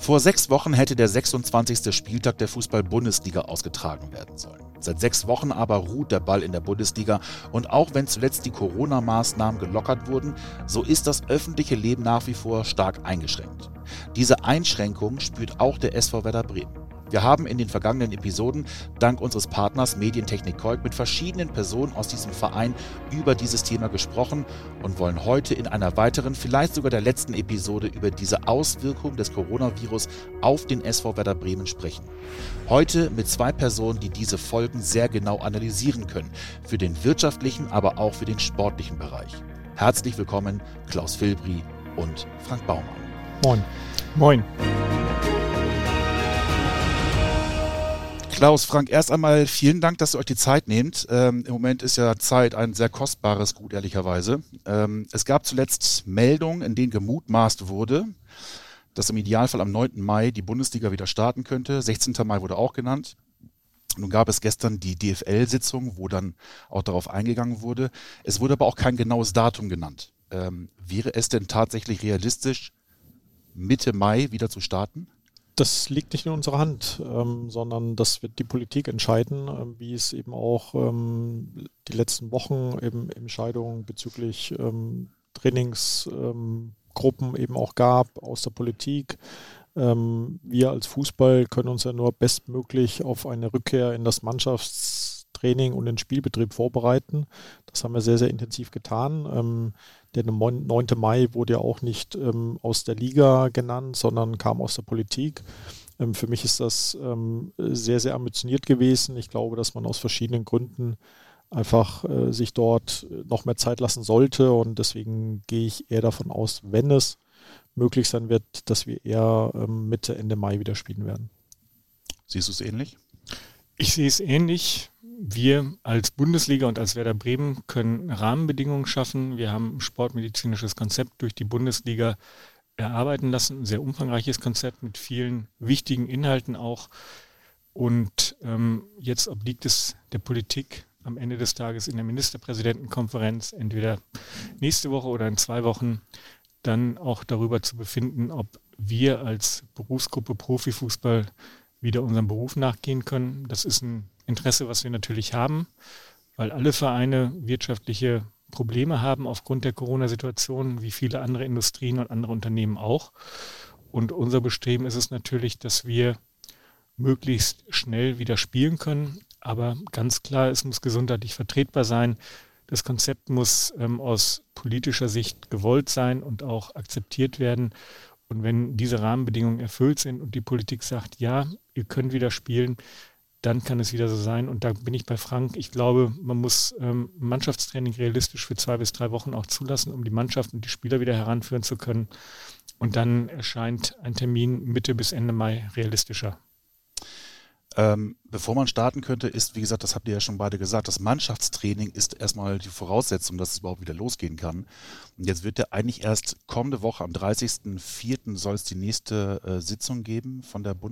Vor 6 Wochen hätte der 26. Spieltag der Fußball-Bundesliga ausgetragen werden sollen. Seit 6 Wochen aber ruht der Ball in der Bundesliga und auch wenn zuletzt die Corona-Maßnahmen gelockert wurden, so ist das öffentliche Leben nach wie vor stark eingeschränkt. Diese Einschränkung spürt auch der SV Werder Bremen. Wir haben in den vergangenen Episoden dank unseres Partners Medientechnik Kolk mit verschiedenen Personen aus diesem Verein über dieses Thema gesprochen und wollen heute in einer weiteren, vielleicht sogar der letzten Episode über diese Auswirkungen des Coronavirus auf den SV Werder Bremen sprechen. Heute mit 2 Personen, die diese Folgen sehr genau analysieren können, für den wirtschaftlichen, aber auch für den sportlichen Bereich. Herzlich willkommen Klaus Filbri und Frank Baumann. Moin. Moin. Klaus, Frank, erst einmal vielen Dank, dass ihr euch die Zeit nehmt. Im Moment ist ja Zeit ein sehr kostbares Gut, ehrlicherweise. Es gab zuletzt Meldungen, in denen gemutmaßt wurde, dass im Idealfall am 9. Mai die Bundesliga wieder starten könnte. 16. Mai wurde auch genannt. Nun gab es gestern die DFL-Sitzung, wo dann auch darauf eingegangen wurde. Es wurde aber auch kein genaues Datum genannt. Wäre es denn tatsächlich realistisch, Mitte Mai wieder zu starten? Das liegt nicht in unserer Hand, sondern das wird die Politik entscheiden, wie es eben auch die letzten Wochen eben Entscheidungen bezüglich Trainingsgruppen eben auch gab aus der Politik. Wir als Fußball können uns ja nur bestmöglich auf eine Rückkehr in das Mannschaftstraining und den Spielbetrieb vorbereiten. Das haben wir sehr, sehr intensiv getan. Der 9. Mai wurde ja auch nicht aus der Liga genannt, sondern kam aus der Politik. Für mich ist das sehr, sehr ambitioniert gewesen. Ich glaube, dass man aus verschiedenen Gründen einfach sich dort noch mehr Zeit lassen sollte. Und deswegen gehe ich eher davon aus, wenn es möglich sein wird, dass wir eher Mitte, Ende Mai wieder spielen werden. Siehst du es ähnlich? Ich sehe es ähnlich. Wir als Bundesliga und als Werder Bremen können Rahmenbedingungen schaffen. Wir haben ein sportmedizinisches Konzept durch die Bundesliga erarbeiten lassen, ein sehr umfangreiches Konzept mit vielen wichtigen Inhalten auch. Und jetzt obliegt es der Politik am Ende des Tages in der Ministerpräsidentenkonferenz, entweder nächste Woche oder in 2 Wochen, dann auch darüber zu befinden, ob wir als Berufsgruppe Profifußball wieder unserem Beruf nachgehen können. Das ist ein Interesse, was wir natürlich haben, weil alle Vereine wirtschaftliche Probleme haben aufgrund der Corona-Situation, wie viele andere Industrien und andere Unternehmen auch. Und unser Bestreben ist es natürlich, dass wir möglichst schnell wieder spielen können. Aber ganz klar, es muss gesundheitlich vertretbar sein. Das Konzept muss aus politischer Sicht gewollt sein und auch akzeptiert werden. Und wenn diese Rahmenbedingungen erfüllt sind und die Politik sagt, ja, ihr könnt wieder spielen, dann kann es wieder so sein. Und da bin ich bei Frank. Ich glaube, man muss Mannschaftstraining realistisch für 2 bis 3 Wochen auch zulassen, um die Mannschaft und die Spieler wieder heranführen zu können. Und dann erscheint ein Termin Mitte bis Ende Mai realistischer. Bevor man starten könnte, ist, wie gesagt, das habt ihr ja schon beide gesagt, das Mannschaftstraining ist erstmal die Voraussetzung, dass es überhaupt wieder losgehen kann. Und jetzt wird ja eigentlich erst kommende Woche, am 30.04. soll es die nächste Sitzung geben von der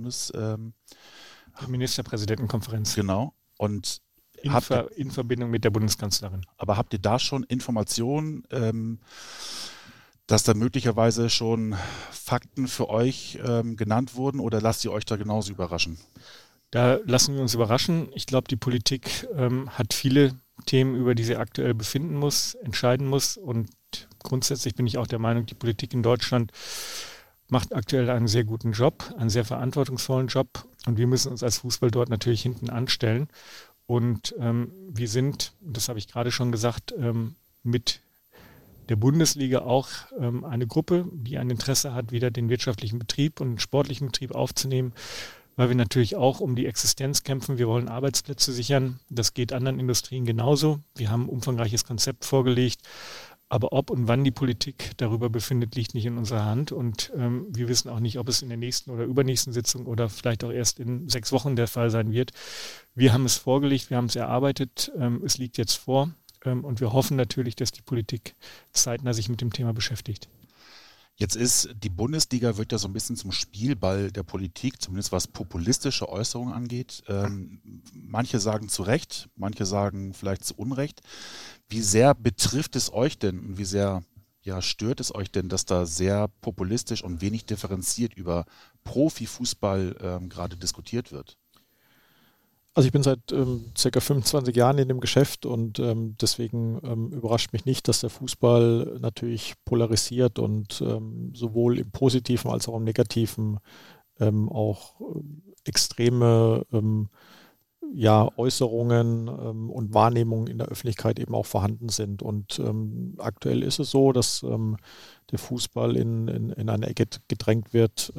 Ministerpräsidentenkonferenz. Genau. Und in Verbindung mit der Bundeskanzlerin. Aber habt ihr da schon Informationen, dass da möglicherweise schon Fakten für euch genannt wurden oder lasst ihr euch da genauso überraschen? Da lassen wir uns überraschen. Ich glaube, die Politik hat viele Themen, über die sie aktuell befinden muss, entscheiden muss. Und grundsätzlich bin ich auch der Meinung, die Politik in Deutschland macht aktuell einen sehr guten Job, einen sehr verantwortungsvollen Job. Und wir müssen uns als Fußball dort natürlich hinten anstellen. Und wir sind, das habe ich gerade schon gesagt, mit der Bundesliga auch eine Gruppe, die ein Interesse hat, wieder den wirtschaftlichen Betrieb und den sportlichen Betrieb aufzunehmen, weil wir natürlich auch um die Existenz kämpfen. Wir wollen Arbeitsplätze sichern. Das geht anderen Industrien genauso. Wir haben ein umfangreiches Konzept vorgelegt. Aber ob und wann die Politik darüber befindet, liegt nicht in unserer Hand. Und wir wissen auch nicht, ob es in der nächsten oder übernächsten Sitzung oder vielleicht auch erst in 6 Wochen der Fall sein wird. Wir haben es vorgelegt, wir haben es erarbeitet. Es liegt jetzt vor. Und wir hoffen natürlich, dass die Politik zeitnah sich mit dem Thema beschäftigt. Jetzt ist die Bundesliga wird ja so ein bisschen zum Spielball der Politik, zumindest was populistische Äußerungen angeht. Manche sagen zu Recht, manche sagen vielleicht zu Unrecht. Wie sehr betrifft es euch denn und wie sehr Ja, stört es euch denn, dass da sehr populistisch und wenig differenziert über Profifußball gerade diskutiert wird? Also ich bin seit ca. 25 Jahren in dem Geschäft und deswegen überrascht mich nicht, dass der Fußball natürlich polarisiert und sowohl im Positiven als auch im Negativen auch extreme Äußerungen und Wahrnehmungen in der Öffentlichkeit eben auch vorhanden sind. Und aktuell ist es so, dass der Fußball in eine Ecke gedrängt wird,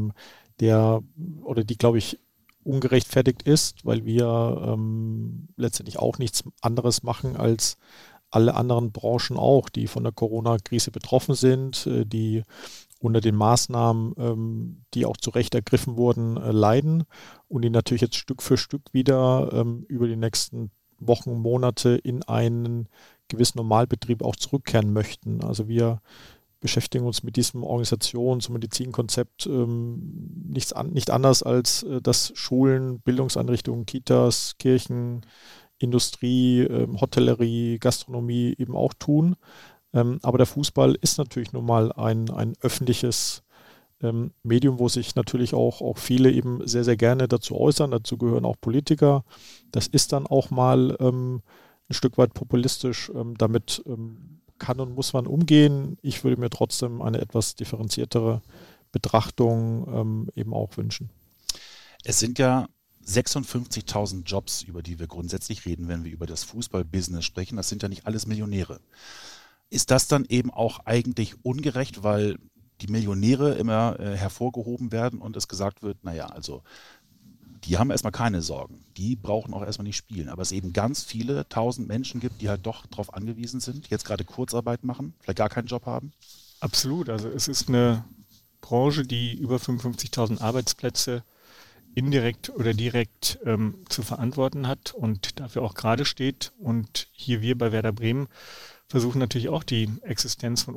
die, glaube ich, ungerechtfertigt ist, weil wir letztendlich auch nichts anderes machen als alle anderen Branchen auch, die von der Corona-Krise betroffen sind, die unter den Maßnahmen, die auch zu Recht ergriffen wurden, leiden und die natürlich jetzt Stück für Stück wieder über die nächsten Wochen, Monate in einen gewissen Normalbetrieb auch zurückkehren möchten. Also wir beschäftigen uns mit diesem Organisations- und Medizinkonzept nicht anders, als dass Schulen, Bildungseinrichtungen, Kitas, Kirchen, Industrie, Hotellerie, Gastronomie eben auch tun. Aber der Fußball ist natürlich nun mal ein öffentliches Medium, wo sich natürlich auch viele eben sehr, sehr gerne dazu äußern. Dazu gehören auch Politiker. Das ist dann auch mal ein Stück weit populistisch. Damit kann und muss man umgehen. Ich würde mir trotzdem eine etwas differenziertere Betrachtung eben auch wünschen. Es sind ja 56.000 Jobs, über die wir grundsätzlich reden, wenn wir über das Fußball-Business sprechen. Das sind ja nicht alles Millionäre. Ist das dann eben auch eigentlich ungerecht, weil die Millionäre immer hervorgehoben werden und es gesagt wird, naja, also die haben erstmal keine Sorgen. Die brauchen auch erstmal nicht spielen. Aber es eben ganz viele tausend Menschen gibt, die halt doch darauf angewiesen sind, jetzt gerade Kurzarbeit machen, vielleicht gar keinen Job haben? Absolut. Also es ist eine Branche, die über 55.000 Arbeitsplätze indirekt oder direkt zu verantworten hat und dafür auch gerade steht. Und hier wir bei Werder Bremen versuchen natürlich auch die Existenz von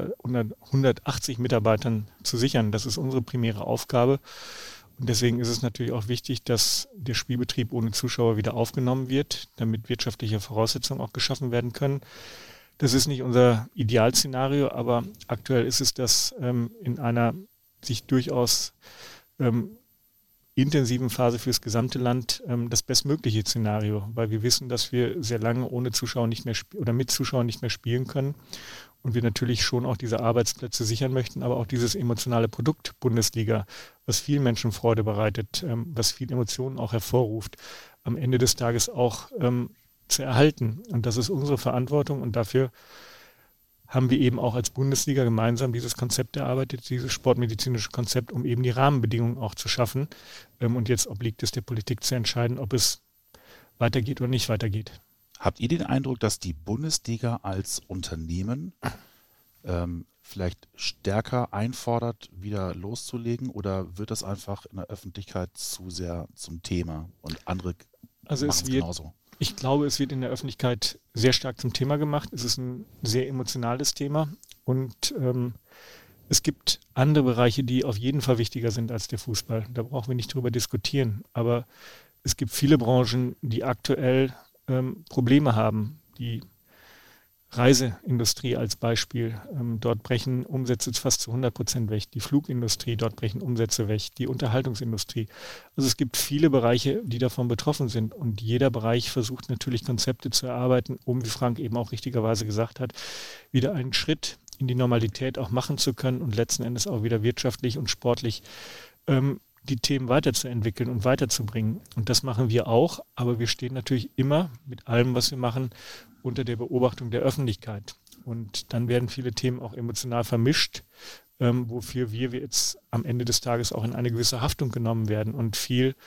180 Mitarbeitern zu sichern. Das ist unsere primäre Aufgabe. Und deswegen ist es natürlich auch wichtig, dass der Spielbetrieb ohne Zuschauer wieder aufgenommen wird, damit wirtschaftliche Voraussetzungen auch geschaffen werden können. Das ist nicht unser Idealszenario, aber aktuell ist es das in einer sich durchaus intensiven Phase für das gesamte Land das bestmögliche Szenario, weil wir wissen, dass wir sehr lange ohne Zuschauer nicht mehr oder mit Zuschauern nicht mehr spielen können und wir natürlich schon auch diese Arbeitsplätze sichern möchten, aber auch dieses emotionale Produkt Bundesliga, was vielen Menschen Freude bereitet, was viel Emotionen auch hervorruft, am Ende des Tages auch zu erhalten. Und das ist unsere Verantwortung und dafür haben wir eben auch als Bundesliga gemeinsam dieses Konzept erarbeitet, dieses sportmedizinische Konzept, um eben die Rahmenbedingungen auch zu schaffen. Und jetzt obliegt es der Politik zu entscheiden, ob es weitergeht oder nicht weitergeht. Habt ihr den Eindruck, dass die Bundesliga als Unternehmen vielleicht stärker einfordert, wieder loszulegen, oder wird das einfach in der Öffentlichkeit zu sehr zum Thema und andere machen es genauso? Ich glaube, es wird in der Öffentlichkeit sehr stark zum Thema gemacht. Es ist ein sehr emotionales Thema und es gibt andere Bereiche, die auf jeden Fall wichtiger sind als der Fußball. Da brauchen wir nicht drüber diskutieren. Aber es gibt viele Branchen, die aktuell Probleme haben. Die Reiseindustrie als Beispiel. Dort brechen Umsätze fast zu 100% weg. Die Flugindustrie, dort brechen Umsätze weg. Die Unterhaltungsindustrie. Also es gibt viele Bereiche, die davon betroffen sind. Und jeder Bereich versucht natürlich Konzepte zu erarbeiten, um, wie Frank eben auch richtigerweise gesagt hat, wieder einen Schritt in die Normalität auch machen zu können und letzten Endes auch wieder wirtschaftlich und sportlich die Themen weiterzuentwickeln und weiterzubringen. Und das machen wir auch, aber wir stehen natürlich immer mit allem, was wir machen, unter der Beobachtung der Öffentlichkeit. Und dann werden viele Themen auch emotional vermischt, wofür wir jetzt am Ende des Tages auch in eine gewisse Haftung genommen werden. Und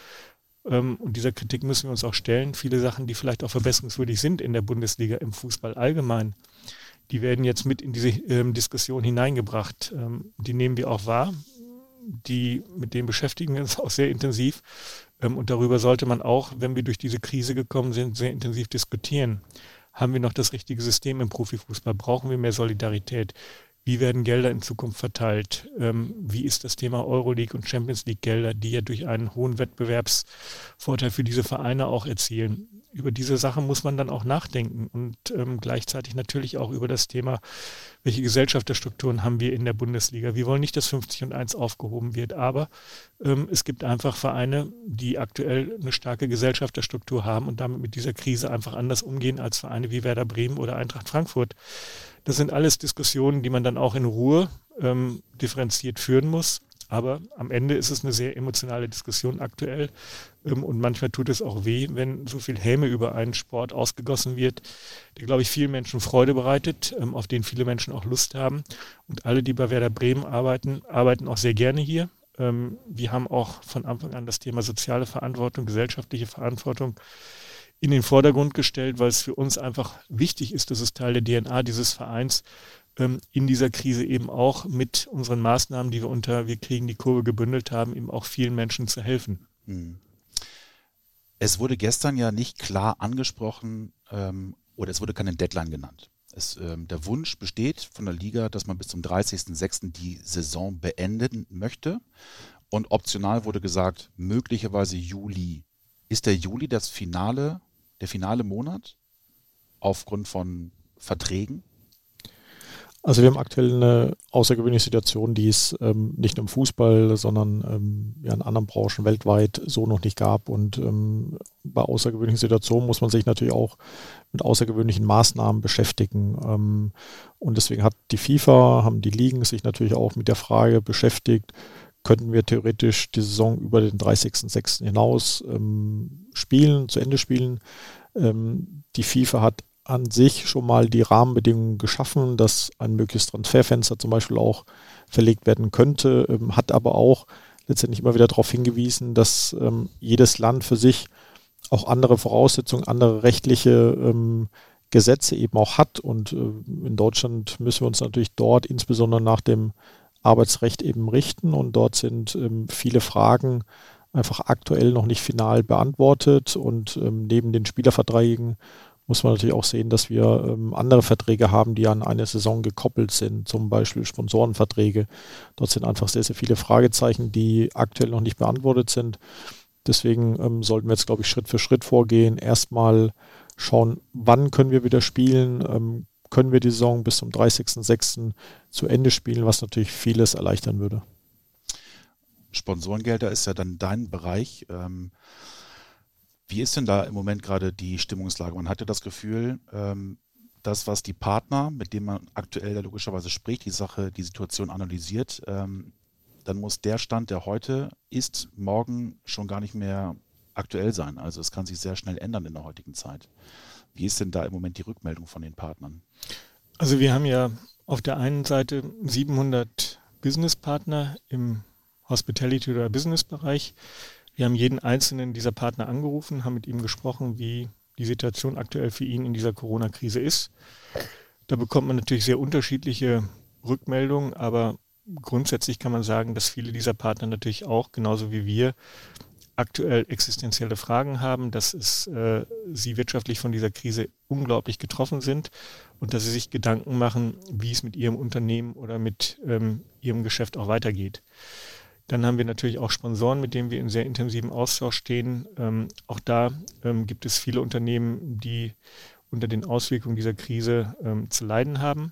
und dieser Kritik müssen wir uns auch stellen, viele Sachen, die vielleicht auch verbesserungswürdig sind in der Bundesliga, im Fußball allgemein, die werden jetzt mit in diese Diskussion hineingebracht. Die nehmen wir auch wahr. Mit denen beschäftigen wir uns auch sehr intensiv. Und darüber sollte man auch, wenn wir durch diese Krise gekommen sind, sehr intensiv diskutieren. Haben wir noch das richtige System im Profifußball? Brauchen wir mehr Solidarität? Wie werden Gelder in Zukunft verteilt? Wie ist das Thema Euroleague und Champions League Gelder, die ja durch einen hohen Wettbewerbsvorteil für diese Vereine auch erzielen? über diese Sache muss man dann auch nachdenken und gleichzeitig natürlich auch über das Thema, welche Gesellschafterstrukturen haben wir in der Bundesliga. Wir wollen nicht, dass 50-1 aufgehoben wird, aber es gibt einfach Vereine, die aktuell eine starke Gesellschafterstruktur haben und damit mit dieser Krise einfach anders umgehen als Vereine wie Werder Bremen oder Eintracht Frankfurt. Das sind alles Diskussionen, die man dann auch in Ruhe differenziert führen muss. Aber am Ende ist es eine sehr emotionale Diskussion aktuell und manchmal tut es auch weh, wenn so viel Häme über einen Sport ausgegossen wird, der, glaube ich, vielen Menschen Freude bereitet, auf den viele Menschen auch Lust haben. Und alle, die bei Werder Bremen arbeiten auch sehr gerne hier. Wir haben auch von Anfang an das Thema soziale Verantwortung, gesellschaftliche Verantwortung in den Vordergrund gestellt, weil es für uns einfach wichtig ist, das ist Teil der DNA dieses Vereins, in dieser Krise eben auch mit unseren Maßnahmen, die wir unter Wir kriegen die Kurve gebündelt haben, eben auch vielen Menschen zu helfen. Es wurde gestern ja nicht klar angesprochen oder es wurde keine Deadline genannt. Der Wunsch besteht von der Liga, dass man bis zum 30.06. die Saison beenden möchte und optional wurde gesagt, möglicherweise Juli. Ist der Juli der finale Monat aufgrund von Verträgen? Also wir haben aktuell eine außergewöhnliche Situation, die es nicht nur im Fußball, sondern in anderen Branchen weltweit so noch nicht gab. Und bei außergewöhnlichen Situationen muss man sich natürlich auch mit außergewöhnlichen Maßnahmen beschäftigen. Und deswegen haben die Ligen sich natürlich auch mit der Frage beschäftigt, könnten wir theoretisch die Saison über den 30.06. hinaus zu Ende spielen. Die FIFA hat an sich schon mal die Rahmenbedingungen geschaffen, dass ein mögliches Transferfenster zum Beispiel auch verlegt werden könnte, hat aber auch letztendlich immer wieder darauf hingewiesen, dass jedes Land für sich auch andere Voraussetzungen, andere rechtliche Gesetze eben auch hat. Und in Deutschland müssen wir uns natürlich dort insbesondere nach dem Arbeitsrecht eben richten. Und dort sind viele Fragen einfach aktuell noch nicht final beantwortet. Und neben den Spielerverträgen muss man natürlich auch sehen, dass wir andere Verträge haben, die an eine Saison gekoppelt sind, zum Beispiel Sponsorenverträge. Dort sind einfach sehr, sehr viele Fragezeichen, die aktuell noch nicht beantwortet sind. Deswegen sollten wir jetzt, glaube ich, Schritt für Schritt vorgehen. Erstmal schauen, wann können wir wieder spielen, können wir die Saison bis zum 30.06. zu Ende spielen, was natürlich vieles erleichtern würde. Sponsorengelder ist ja dann dein Bereich. Wie ist denn da im Moment gerade die Stimmungslage? Man hat ja das Gefühl, das, was die Partner, mit denen man aktuell ja logischerweise spricht, die Situation analysiert, dann muss der Stand, der heute ist, morgen schon gar nicht mehr aktuell sein. Also es kann sich sehr schnell ändern in der heutigen Zeit. Wie ist denn da im Moment die Rückmeldung von den Partnern? Also wir haben ja auf der einen Seite 700 Businesspartner im Hospitality- oder Business-Bereich. Wir haben jeden einzelnen dieser Partner angerufen, haben mit ihm gesprochen, wie die Situation aktuell für ihn in dieser Corona-Krise ist. Da bekommt man natürlich sehr unterschiedliche Rückmeldungen, aber grundsätzlich kann man sagen, dass viele dieser Partner natürlich auch, genauso wie wir, aktuell existenzielle Fragen haben, dass sie wirtschaftlich von dieser Krise unglaublich getroffen sind und dass sie sich Gedanken machen, wie es mit ihrem Unternehmen oder mit ihrem Geschäft auch weitergeht. Dann haben wir natürlich auch Sponsoren, mit denen wir in sehr intensivem Austausch stehen. Auch da gibt es viele Unternehmen, die unter den Auswirkungen dieser Krise zu leiden haben.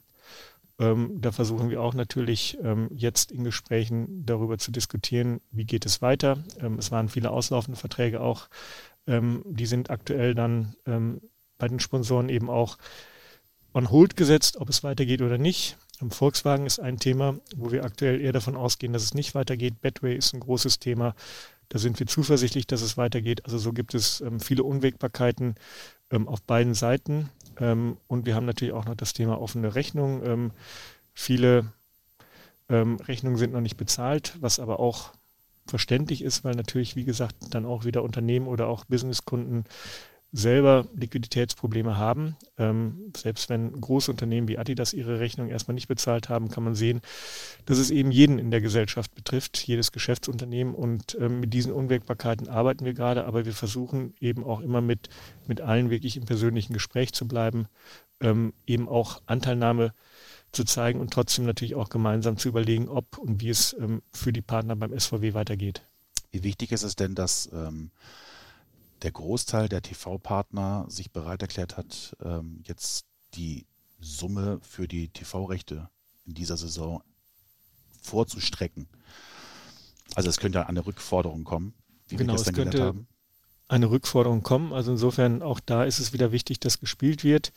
Da versuchen wir auch natürlich jetzt in Gesprächen darüber zu diskutieren, wie geht es weiter. Es waren viele auslaufende Verträge auch. Die sind aktuell dann bei den Sponsoren eben auch on hold gesetzt, ob es weitergeht oder nicht. Volkswagen ist ein Thema, wo wir aktuell eher davon ausgehen, dass es nicht weitergeht. Betway ist ein großes Thema. Da sind wir zuversichtlich, dass es weitergeht. Also so gibt es viele Unwägbarkeiten auf beiden Seiten. Und wir haben natürlich auch noch das Thema offene Rechnung. Viele Rechnungen sind noch nicht bezahlt, was aber auch verständlich ist, weil natürlich, wie gesagt, dann auch wieder Unternehmen oder auch Businesskunden selber Liquiditätsprobleme haben. Selbst wenn große Unternehmen wie Adidas ihre Rechnung erstmal nicht bezahlt haben, kann man sehen, dass es eben jeden in der Gesellschaft betrifft, jedes Geschäftsunternehmen. Und mit diesen Unwägbarkeiten arbeiten wir gerade, aber wir versuchen eben auch immer mit allen wirklich im persönlichen Gespräch zu bleiben, eben auch Anteilnahme zu zeigen und trotzdem natürlich auch gemeinsam zu überlegen, ob und wie es für die Partner beim SVW weitergeht. Wie wichtig ist es denn, dass der Großteil der TV-Partner sich bereit erklärt hat, jetzt die Summe für die TV-Rechte in dieser Saison vorzustrecken. Also es könnte eine Rückforderung kommen, wie wir gestern gelernt haben. Eine Rückforderung kommen. Also insofern auch da ist es wieder wichtig, dass gespielt wird.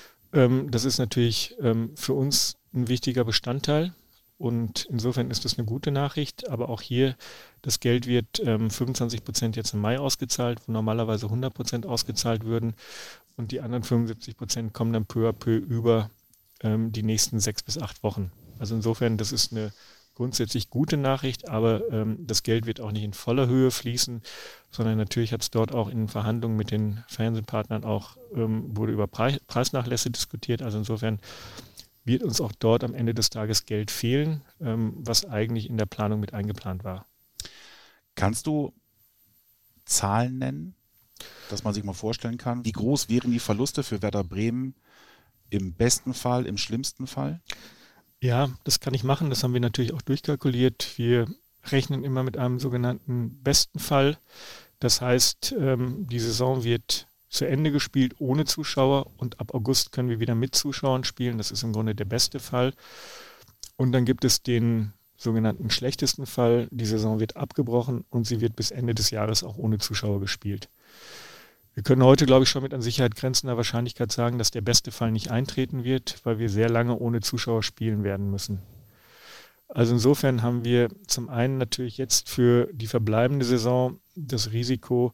Das ist natürlich für uns ein wichtiger Bestandteil und insofern ist das eine gute Nachricht. Aber auch hier, das Geld wird 25% jetzt im Mai ausgezahlt, wo normalerweise 100% ausgezahlt würden und die anderen 75% kommen dann peu à peu über die nächsten 6 bis 8 Wochen. Also insofern, das ist eine grundsätzlich gute Nachricht, aber das Geld wird auch nicht in voller Höhe fließen, sondern natürlich hat es dort auch in Verhandlungen mit den Fernsehpartnern auch, wurde über Preisnachlässe diskutiert. Also insofern wird uns auch dort am Ende des Tages Geld fehlen, was eigentlich in der Planung mit eingeplant war. Kannst du Zahlen nennen, dass man sich mal vorstellen kann, wie groß wären die Verluste für Werder Bremen im besten Fall, im schlimmsten Fall? Ja, das kann ich machen. Das haben wir natürlich auch durchkalkuliert. Wir rechnen immer mit einem sogenannten besten Fall. Das heißt, die Saison wird zu Ende gespielt ohne Zuschauer und ab August können wir wieder mit Zuschauern spielen. Das ist im Grunde der beste Fall. Und dann gibt es den sogenannten schlechtesten Fall. Die Saison wird abgebrochen und sie wird bis Ende des Jahres auch ohne Zuschauer gespielt. Wir können heute, glaube ich, schon mit an Sicherheit grenzender Wahrscheinlichkeit sagen, dass der beste Fall nicht eintreten wird, weil wir sehr lange ohne Zuschauer spielen werden müssen. Also insofern haben wir zum einen natürlich jetzt für die verbleibende Saison das Risiko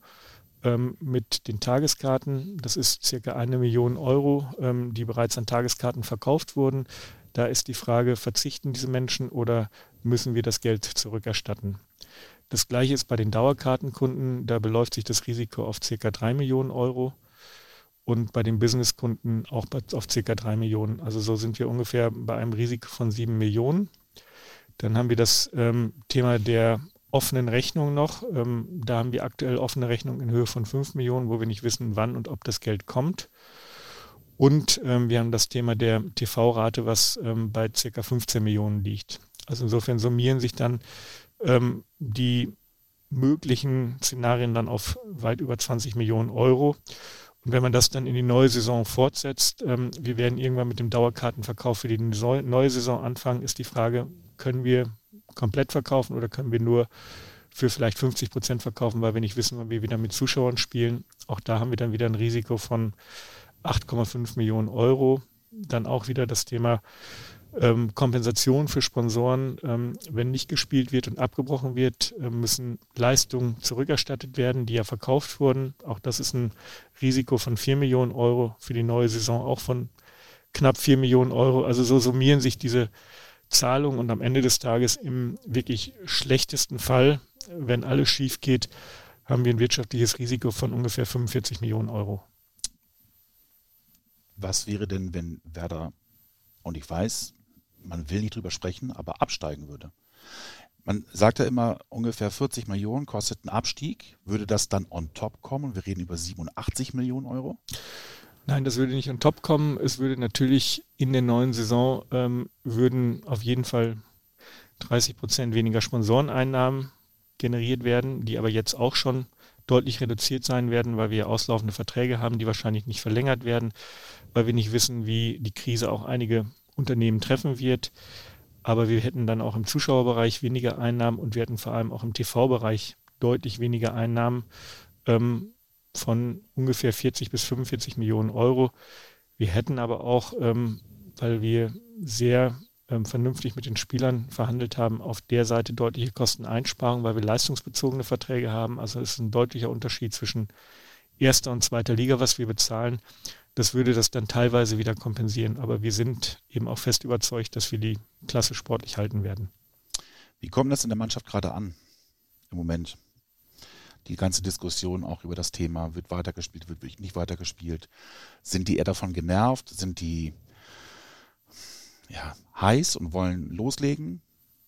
mit den Tageskarten. Das ist circa 1 Million Euro, die bereits an Tageskarten verkauft wurden. Da ist die Frage, verzichten diese Menschen oder müssen wir das Geld zurückerstatten? Das Gleiche ist bei den Dauerkartenkunden, da beläuft sich das Risiko auf ca. 3 Millionen Euro und bei den Businesskunden auch auf ca. 3 Millionen. Also so sind wir ungefähr bei einem Risiko von 7 Millionen. Dann haben wir das Thema der offenen Rechnung noch. Da haben wir aktuell offene Rechnungen in Höhe von 5 Millionen, wo wir nicht wissen, wann und ob das Geld kommt. Und wir haben das Thema der TV-Rate, was bei ca. 15 Millionen liegt. Also insofern summieren sich dann die möglichen Szenarien dann auf weit über 20 Millionen Euro. Und wenn man das dann in die neue Saison fortsetzt, wir werden irgendwann mit dem Dauerkartenverkauf für die neue Saison anfangen, ist die Frage, können wir komplett verkaufen oder können wir nur für vielleicht 50% verkaufen, weil wir nicht wissen, wann wir wieder mit Zuschauern spielen. Auch da haben wir dann wieder ein Risiko von 8,5 Millionen Euro. Dann auch wieder das Thema Kompensation für Sponsoren. Wenn nicht gespielt wird und abgebrochen wird, müssen Leistungen zurückerstattet werden, die ja verkauft wurden. Auch das ist ein Risiko von 4 Millionen Euro, für die neue Saison auch von knapp 4 Millionen Euro. Also so summieren sich diese Zahlungen und am Ende des Tages im wirklich schlechtesten Fall, wenn alles schief geht, haben wir ein wirtschaftliches Risiko von ungefähr 45 Millionen Euro. Was wäre denn, wenn Werder, und ich weiß, man will nicht drüber sprechen, aber absteigen würde? Man sagt ja immer, ungefähr 40 Millionen kostet ein Abstieg. Würde das dann on top kommen? Wir reden über 87 Millionen Euro? Nein, das würde nicht on top kommen. Es würde natürlich in der neuen Saison würden auf jeden Fall 30% weniger Sponsoreneinnahmen generiert werden, die aber jetzt auch schon deutlich reduziert sein werden, weil wir auslaufende Verträge haben, die wahrscheinlich nicht verlängert werden, weil wir nicht wissen, wie die Krise auch einige Unternehmen treffen wird. Aber wir hätten dann auch im Zuschauerbereich weniger Einnahmen und wir hätten vor allem auch im TV-Bereich deutlich weniger Einnahmen von ungefähr 40 bis 45 Millionen Euro. Wir hätten aber auch, weil wir sehr vernünftig mit den Spielern verhandelt haben, auf der Seite deutliche Kosteneinsparungen, weil wir leistungsbezogene Verträge haben. Also es ist ein deutlicher Unterschied zwischen erster und zweiter Liga, was wir bezahlen. Das würde das dann teilweise wieder kompensieren. Aber wir sind eben auch fest überzeugt, dass wir die Klasse sportlich halten werden. Wie kommt das in der Mannschaft gerade an im Moment? Die ganze Diskussion auch über das Thema, wird weitergespielt, wird nicht weitergespielt. Sind die eher davon genervt? Sind die heiß und wollen loslegen?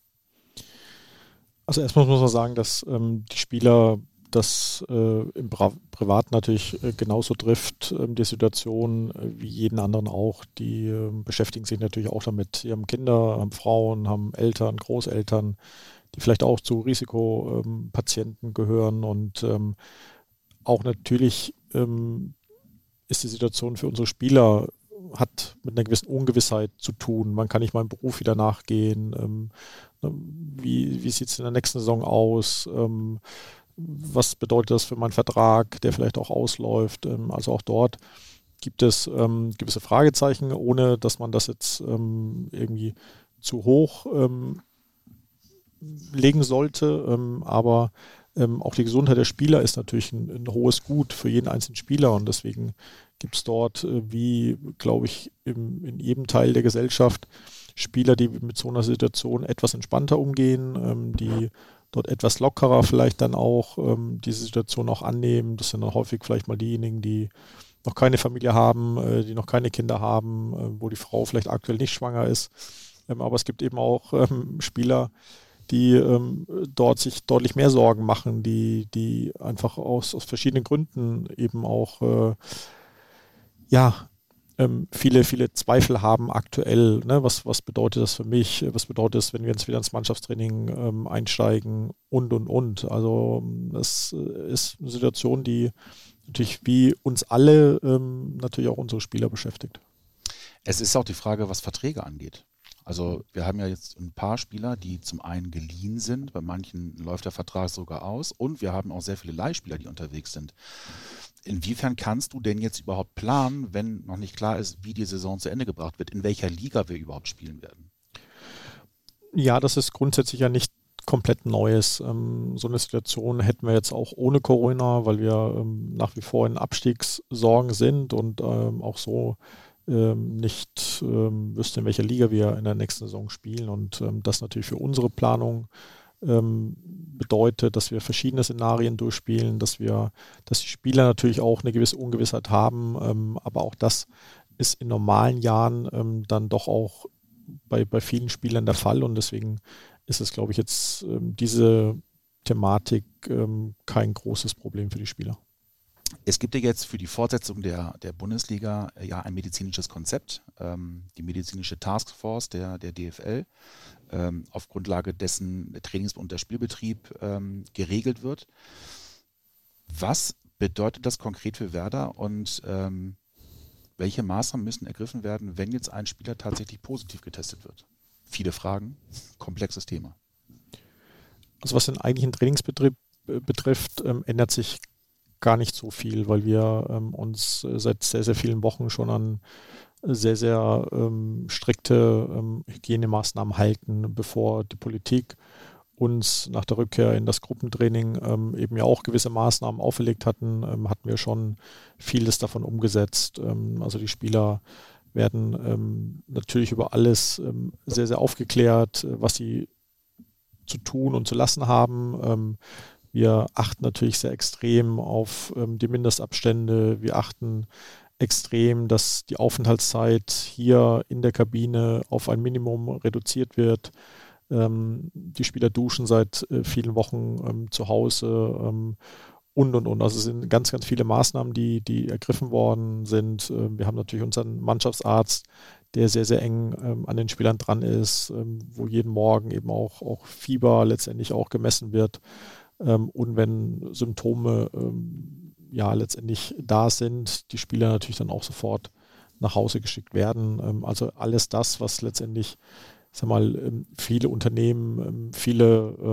Also erstmal muss man sagen, dass die Spieler das im Privat natürlich genauso trifft, die Situation wie jeden anderen auch. Die beschäftigen sich natürlich auch damit. Sie haben Kinder, haben Frauen, haben Eltern, Großeltern, die vielleicht auch zu Risikopatienten gehören und auch natürlich ist die Situation für unsere Spieler, hat mit einer gewissen Ungewissheit zu tun. Man kann nicht meinem Beruf wieder nachgehen. Wie sieht es in der nächsten Saison aus? Was bedeutet das für meinen Vertrag, der vielleicht auch ausläuft? Also auch dort gibt es gewisse Fragezeichen, ohne dass man das jetzt irgendwie zu hoch legen sollte. Aber auch die Gesundheit der Spieler ist natürlich ein hohes Gut für jeden einzelnen Spieler und deswegen gibt es dort, wie glaube ich, in jedem Teil der Gesellschaft Spieler, die mit so einer Situation etwas entspannter umgehen, die dort etwas lockerer vielleicht dann auch diese Situation auch annehmen. Das sind dann häufig vielleicht mal diejenigen, die noch keine Familie haben, die noch keine Kinder haben, wo die Frau vielleicht aktuell nicht schwanger ist. Aber es gibt eben auch Spieler, die dort sich deutlich mehr Sorgen machen, die einfach aus verschiedenen Gründen eben auch viele Zweifel haben aktuell. Ne? Was bedeutet das für mich? Was bedeutet es, wenn wir jetzt wieder ins Mannschaftstraining einsteigen und. Also das ist eine Situation, die natürlich wie uns alle natürlich auch unsere Spieler beschäftigt. Es ist auch die Frage, was Verträge angeht. Also wir haben ja jetzt ein paar Spieler, die zum einen geliehen sind, bei manchen läuft der Vertrag sogar aus und wir haben auch sehr viele Leihspieler, die unterwegs sind. Inwiefern kannst du denn jetzt überhaupt planen, wenn noch nicht klar ist, wie die Saison zu Ende gebracht wird, in welcher Liga wir überhaupt spielen werden? Ja, das ist grundsätzlich ja nicht komplett Neues. So eine Situation hätten wir jetzt auch ohne Corona, weil wir nach wie vor in Abstiegssorgen sind und auch so nicht wüssten, in welcher Liga wir in der nächsten Saison spielen und das natürlich für unsere Planung bedeutet, dass wir verschiedene Szenarien durchspielen, dass die Spieler natürlich auch eine gewisse Ungewissheit haben, aber auch das ist in normalen Jahren dann doch auch bei vielen Spielern der Fall und deswegen ist es, glaube ich, jetzt diese Thematik kein großes Problem für die Spieler. Es gibt ja jetzt für die Fortsetzung der Bundesliga ja ein medizinisches Konzept, die medizinische Taskforce der DFL, auf Grundlage dessen der Trainings- und der Spielbetrieb geregelt wird. Was bedeutet das konkret für Werder und welche Maßnahmen müssen ergriffen werden, wenn jetzt ein Spieler tatsächlich positiv getestet wird? Viele Fragen, komplexes Thema. Also was den eigentlichen Trainingsbetrieb betrifft, ändert sich gar nicht so viel, weil wir uns seit sehr, sehr vielen Wochen schon an sehr, sehr strikte Hygienemaßnahmen halten, bevor die Politik uns nach der Rückkehr in das Gruppentraining eben ja auch gewisse Maßnahmen auferlegt hatten, hatten wir schon vieles davon umgesetzt. Also die Spieler werden natürlich über alles sehr, sehr aufgeklärt, was sie zu tun und zu lassen haben. Wir achten natürlich sehr extrem auf die Mindestabstände. Wir achten extrem, dass die Aufenthaltszeit hier in der Kabine auf ein Minimum reduziert wird. Die Spieler duschen seit vielen Wochen zu Hause und. Also es sind ganz, ganz viele Maßnahmen, die ergriffen worden sind. Wir haben natürlich unseren Mannschaftsarzt, der sehr, sehr eng an den Spielern dran ist, wo jeden Morgen eben auch Fieber letztendlich auch gemessen wird. Und wenn Symptome letztendlich da sind, die Spieler natürlich dann auch sofort nach Hause geschickt werden. Also alles das, was letztendlich, viele Unternehmen, viele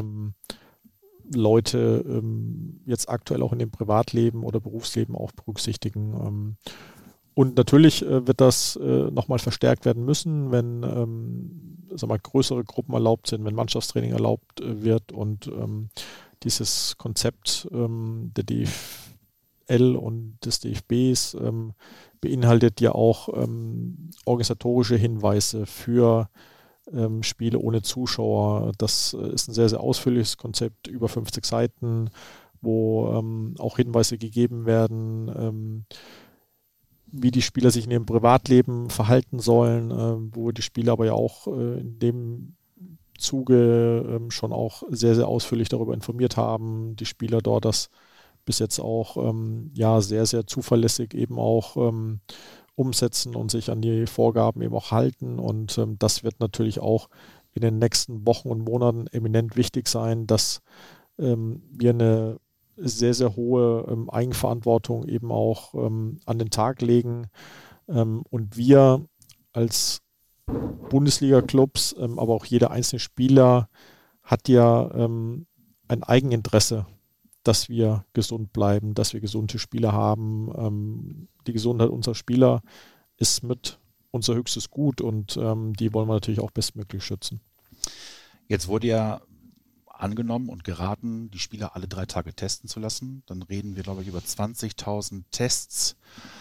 Leute jetzt aktuell auch in dem Privatleben oder Berufsleben auch berücksichtigen. Und natürlich wird das nochmal verstärkt werden müssen, wenn größere Gruppen erlaubt sind, wenn Mannschaftstraining erlaubt wird und dieses Konzept der DFL und des DFBs beinhaltet ja auch organisatorische Hinweise für Spiele ohne Zuschauer. Das ist ein sehr, sehr ausführliches Konzept, über 50 Seiten, wo auch Hinweise gegeben werden, wie die Spieler sich in ihrem Privatleben verhalten sollen, wo die Spieler aber ja auch in dem Zuge schon auch sehr, sehr ausführlich darüber informiert haben. Die Spieler dort das bis jetzt auch sehr, sehr zuverlässig eben auch umsetzen und sich an die Vorgaben eben auch halten. Und das wird natürlich auch in den nächsten Wochen und Monaten eminent wichtig sein, dass wir eine sehr, sehr hohe Eigenverantwortung eben auch an den Tag legen. Und wir als Bundesliga-Clubs, aber auch jeder einzelne Spieler hat ja ein Eigeninteresse, dass wir gesund bleiben, dass wir gesunde Spieler haben. Die Gesundheit unserer Spieler ist mit unser höchstes Gut und die wollen wir natürlich auch bestmöglich schützen. Jetzt wurde ja angenommen und geraten, die Spieler alle 3 Tage testen zu lassen. Dann reden wir, glaube ich, über 20.000 Tests,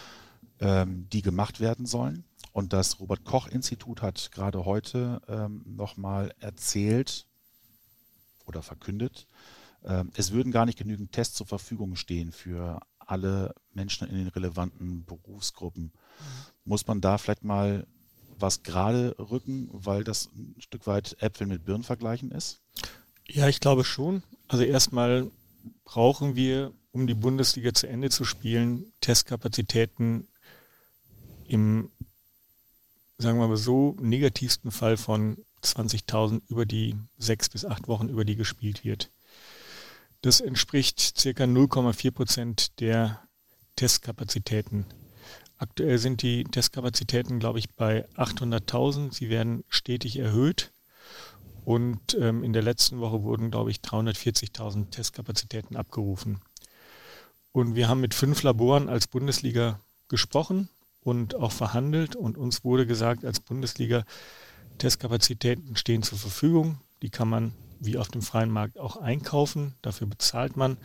die gemacht werden sollen. Und das Robert-Koch-Institut hat gerade heute nochmal erzählt oder verkündet, es würden gar nicht genügend Tests zur Verfügung stehen für alle Menschen in den relevanten Berufsgruppen. Muss man da vielleicht mal was gerade rücken, weil das ein Stück weit Äpfel mit Birnen vergleichen ist? Ja, ich glaube schon. Also erstmal brauchen wir, um die Bundesliga zu Ende zu spielen, Testkapazitäten im, sagen wir mal so, negativsten Fall von 20.000 über die 6 bis 8 Wochen, über die gespielt wird. Das entspricht ca. 0,4% der Testkapazitäten. Aktuell sind die Testkapazitäten, glaube ich, bei 800.000. Sie werden stetig erhöht. Und in der letzten Woche wurden, glaube ich, 340.000 Testkapazitäten abgerufen. Und wir haben mit 5 Laboren als Bundesliga gesprochen und auch verhandelt. Und uns wurde gesagt, als Bundesliga, Testkapazitäten stehen zur Verfügung. Die kann man wie auf dem freien Markt auch einkaufen. Dafür bezahlt man.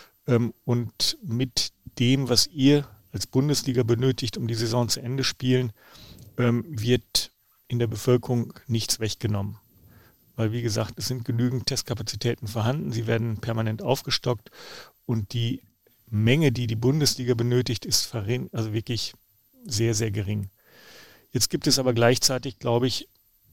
Und mit dem, was ihr als Bundesliga benötigt, um die Saison zu Ende spielen, wird in der Bevölkerung nichts weggenommen. Weil, wie gesagt, es sind genügend Testkapazitäten vorhanden, sie werden permanent aufgestockt und die Menge, die die Bundesliga benötigt, ist also wirklich sehr, sehr gering. Jetzt gibt es aber gleichzeitig, glaube ich,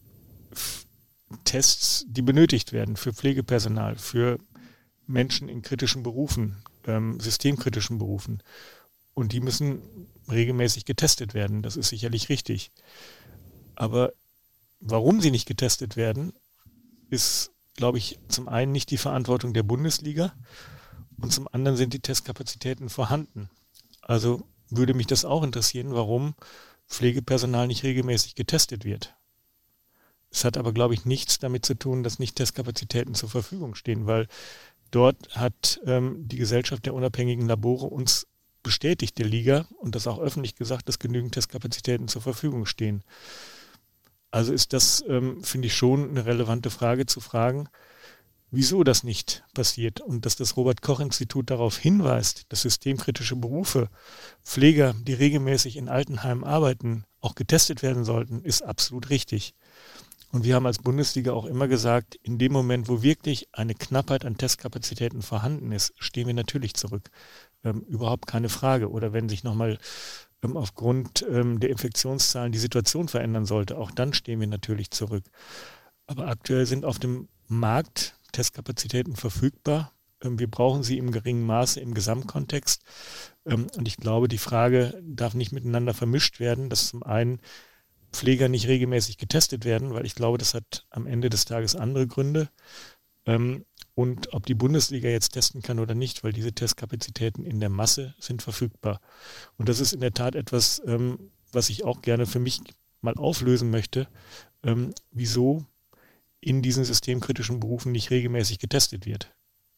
Tests, die benötigt werden für Pflegepersonal, für Menschen in kritischen Berufen, systemkritischen Berufen. Und die müssen regelmäßig getestet werden. Das ist sicherlich richtig. Aber warum sie nicht getestet werden, ist, glaube ich, zum einen nicht die Verantwortung der Bundesliga und zum anderen sind die Testkapazitäten vorhanden. Also würde mich das auch interessieren, warum Pflegepersonal nicht regelmäßig getestet wird. Es hat aber, glaube ich, nichts damit zu tun, dass nicht Testkapazitäten zur Verfügung stehen, weil dort hat die Gesellschaft der unabhängigen Labore uns bestätigt, der Liga, und das auch öffentlich gesagt, dass genügend Testkapazitäten zur Verfügung stehen. Also ist das, finde ich, schon eine relevante Frage zu fragen, wieso das nicht passiert und dass das Robert-Koch-Institut darauf hinweist, dass systemkritische Berufe, Pfleger, die regelmäßig in Altenheimen arbeiten, auch getestet werden sollten, ist absolut richtig. Und wir haben als Bundesliga auch immer gesagt, in dem Moment, wo wirklich eine Knappheit an Testkapazitäten vorhanden ist, stehen wir natürlich zurück. Überhaupt keine Frage. Oder wenn sich nochmal aufgrund der Infektionszahlen die Situation verändern sollte, auch dann stehen wir natürlich zurück. Aber aktuell sind auf dem Markt Testkapazitäten verfügbar. Wir brauchen sie im geringen Maße im Gesamtkontext. Und ich glaube, die Frage darf nicht miteinander vermischt werden, dass zum einen Pfleger nicht regelmäßig getestet werden, weil ich glaube, das hat am Ende des Tages andere Gründe. Und ob die Bundesliga jetzt testen kann oder nicht, weil diese Testkapazitäten in der Masse sind verfügbar. Und das ist in der Tat etwas, was ich auch gerne für mich mal auflösen möchte, wieso in diesen systemkritischen Berufen nicht regelmäßig getestet wird.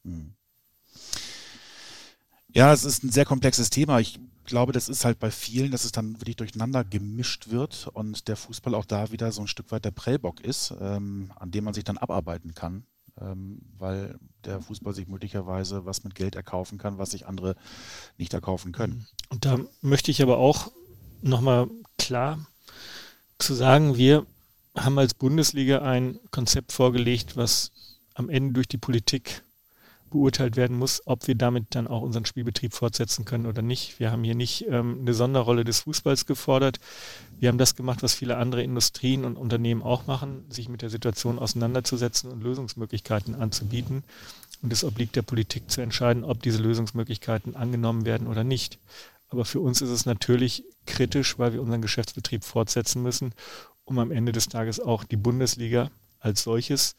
Ja, es ist ein sehr komplexes Thema. Ich glaube, das ist halt bei vielen, dass es dann wirklich durcheinander gemischt wird und der Fußball auch da wieder so ein Stück weit der Prellbock ist, an dem man sich dann abarbeiten kann. Weil der Fußball sich möglicherweise was mit Geld erkaufen kann, was sich andere nicht erkaufen können. Und da möchte ich aber auch nochmal klar zu sagen, wir haben als Bundesliga ein Konzept vorgelegt, was am Ende durch die Politik beurteilt werden muss, ob wir damit dann auch unseren Spielbetrieb fortsetzen können oder nicht. Wir haben hier nicht eine Sonderrolle des Fußballs gefordert. Wir haben das gemacht, was viele andere Industrien und Unternehmen auch machen, sich mit der Situation auseinanderzusetzen und Lösungsmöglichkeiten anzubieten. Und es obliegt der Politik zu entscheiden, ob diese Lösungsmöglichkeiten angenommen werden oder nicht. Aber für uns ist es natürlich kritisch, weil wir unseren Geschäftsbetrieb fortsetzen müssen, um am Ende des Tages auch die Bundesliga als solches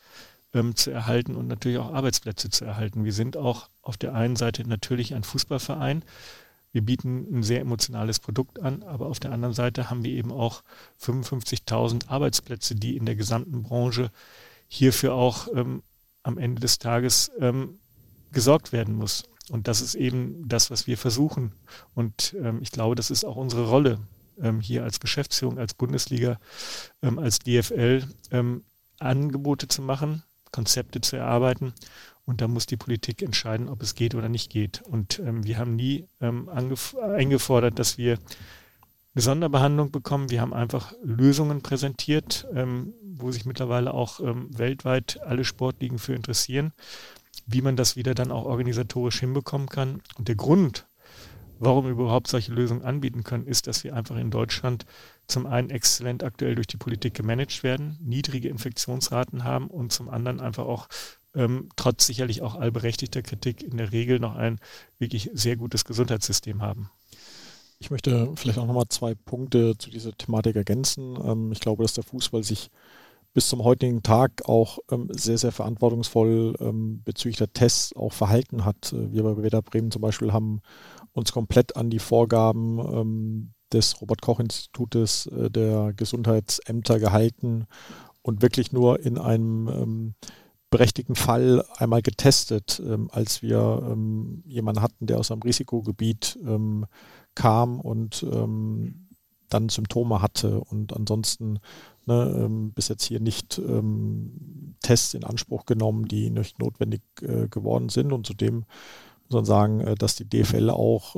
zu erhalten und natürlich auch Arbeitsplätze zu erhalten. Wir sind auch auf der einen Seite natürlich ein Fußballverein. Wir bieten ein sehr emotionales Produkt an, aber auf der anderen Seite haben wir eben auch 55.000 Arbeitsplätze, die in der gesamten Branche hierfür auch am Ende des Tages gesorgt werden muss. Und das ist eben das, was wir versuchen. Und ich glaube, das ist auch unsere Rolle hier als Geschäftsführung, als Bundesliga, als DFL, Angebote zu machen, Konzepte zu erarbeiten. Und da muss die Politik entscheiden, ob es geht oder nicht geht. Und wir haben nie eingefordert, dass wir eine Sonderbehandlung bekommen. Wir haben einfach Lösungen präsentiert, wo sich mittlerweile auch weltweit alle Sportligen für interessieren, wie man das wieder dann auch organisatorisch hinbekommen kann. Und der Grund, warum wir überhaupt solche Lösungen anbieten können, ist, dass wir einfach in Deutschland zum einen exzellent aktuell durch die Politik gemanagt werden, niedrige Infektionsraten haben und zum anderen einfach auch trotz sicherlich auch allberechtigter Kritik in der Regel noch ein wirklich sehr gutes Gesundheitssystem haben. Ich möchte vielleicht auch nochmal 2 Punkte zu dieser Thematik ergänzen. Ich glaube, dass der Fußball sich bis zum heutigen Tag auch sehr, sehr verantwortungsvoll bezüglich der Tests auch verhalten hat. Wir bei Werder Bremen zum Beispiel haben uns komplett an die Vorgaben des Robert-Koch-Institutes der Gesundheitsämter gehalten und wirklich nur in einem berechtigten Fall einmal getestet, als wir jemanden hatten, der aus einem Risikogebiet kam und dann Symptome hatte und ansonsten bis jetzt hier nicht Tests in Anspruch genommen, die nicht notwendig geworden sind. Und zudem muss man sagen, dass die DFL auch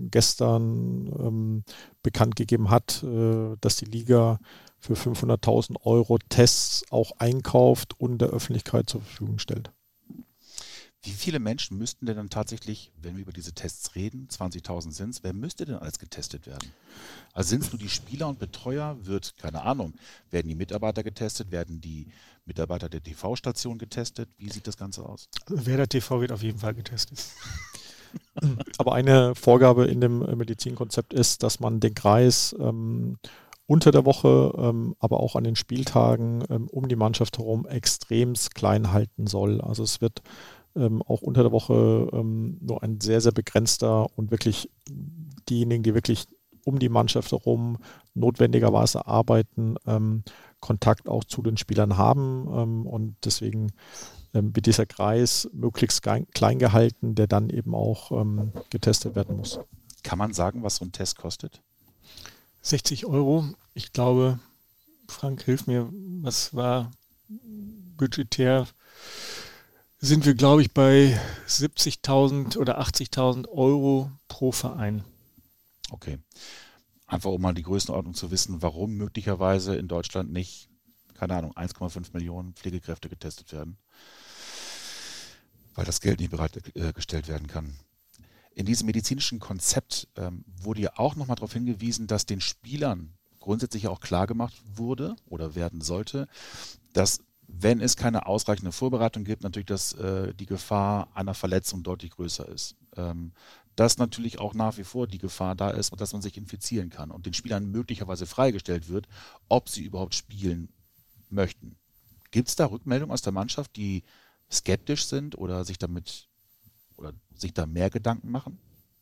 gestern bekannt gegeben hat, dass die Liga für 500.000 € Tests auch einkauft und der Öffentlichkeit zur Verfügung stellt. Wie viele Menschen müssten denn dann tatsächlich, wenn wir über diese Tests reden, 20.000 sind es, wer müsste denn alles getestet werden? Also sind es nur die Spieler und Betreuer? Keine Ahnung, werden die Mitarbeiter getestet? Werden die Mitarbeiter der TV-Station getestet? Wie sieht das Ganze aus? Werder TV wird auf jeden Fall getestet. Aber eine Vorgabe in dem Medizinkonzept ist, dass man den Kreis unter der Woche, aber auch an den Spieltagen um die Mannschaft herum extremst klein halten soll. Also es wird auch unter der Woche nur ein sehr, sehr begrenzter und wirklich diejenigen, die wirklich um die Mannschaft herum notwendigerweise arbeiten, Kontakt auch zu den Spielern haben. Und deswegen wird dieser Kreis möglichst klein gehalten, der dann eben auch getestet werden muss. Kann man sagen, was so ein Test kostet? 60 €. Ich glaube, Frank, hilf mir, was war budgetär? Sind wir, glaube ich, bei 70.000 oder 80.000 € pro Verein. Okay. Einfach um mal die Größenordnung zu wissen, warum möglicherweise in Deutschland nicht, keine Ahnung, 1,5 Millionen Pflegekräfte getestet werden. Weil das Geld nicht bereitgestellt werden kann. In diesem medizinischen Konzept wurde ja auch nochmal darauf hingewiesen, dass den Spielern grundsätzlich auch klar gemacht wurde oder werden sollte, dass wenn es keine ausreichende Vorbereitung gibt, natürlich, dass die Gefahr einer Verletzung deutlich größer ist. Dass natürlich auch nach wie vor die Gefahr da ist, dass man sich infizieren kann und den Spielern möglicherweise freigestellt wird, ob sie überhaupt spielen möchten. Gibt es da Rückmeldungen aus der Mannschaft, die skeptisch sind oder sich da mehr Gedanken machen?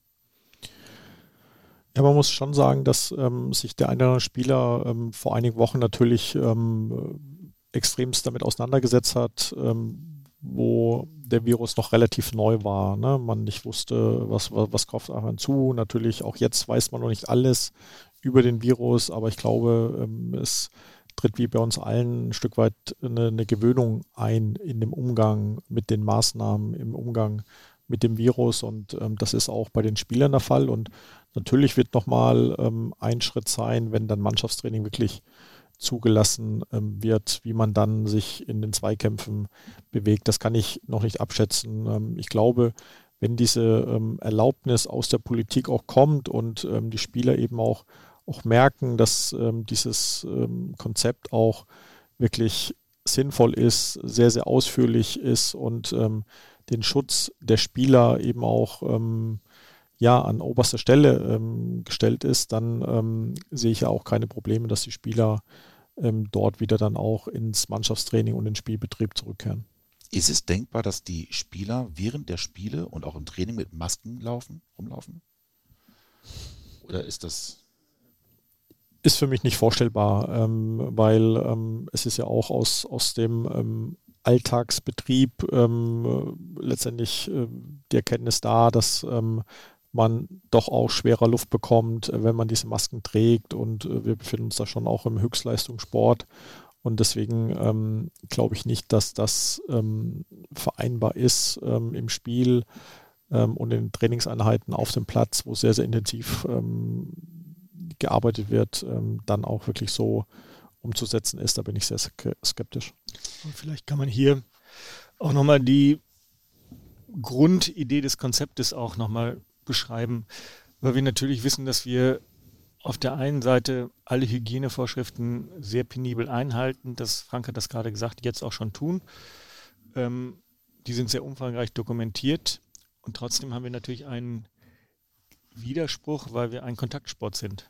Ja, man muss schon sagen, dass sich der eine oder andere Spieler vor einigen Wochen natürlich extremst damit auseinandergesetzt hat, wo der Virus noch relativ neu war. Ne? Man nicht wusste, was kauft einem zu. Natürlich auch jetzt weiß man noch nicht alles über den Virus, aber ich glaube, es tritt wie bei uns allen ein Stück weit eine Gewöhnung ein in dem Umgang mit den Maßnahmen, im Umgang mit dem Virus und das ist auch bei den Spielern der Fall und natürlich wird nochmal ein Schritt sein, wenn dann Mannschaftstraining wirklich zugelassen wird, wie man dann sich in den Zweikämpfen bewegt. Das kann ich noch nicht abschätzen. Ich glaube, wenn diese Erlaubnis aus der Politik auch kommt und die Spieler eben auch merken, dass dieses Konzept auch wirklich sinnvoll ist, sehr, sehr ausführlich ist und den Schutz der Spieler eben auch an oberster Stelle gestellt ist, dann sehe ich ja auch keine Probleme, dass die Spieler dort wieder dann auch ins Mannschaftstraining und den Spielbetrieb zurückkehren. Ist es denkbar, dass die Spieler während der Spiele und auch im Training mit Masken rumlaufen? Oder ist das... Ist für mich nicht vorstellbar, weil es ist ja auch aus dem Alltagsbetrieb letztendlich die Erkenntnis da, dass man doch auch schwerer Luft bekommt, wenn man diese Masken trägt, und wir befinden uns da schon auch im Höchstleistungssport, und deswegen glaube ich nicht, dass das vereinbar ist im Spiel und in Trainingseinheiten auf dem Platz, wo sehr, sehr intensiv gearbeitet wird, dann auch wirklich so umzusetzen ist. Da bin ich sehr skeptisch. Und vielleicht kann man hier auch nochmal die Grundidee des Konzeptes auch nochmal beschreiben, weil wir natürlich wissen, dass wir auf der einen Seite alle Hygienevorschriften sehr penibel einhalten, Frank hat das gerade gesagt, jetzt auch schon tun. Die sind sehr umfangreich dokumentiert, und trotzdem haben wir natürlich einen Widerspruch, weil wir ein Kontaktsport sind.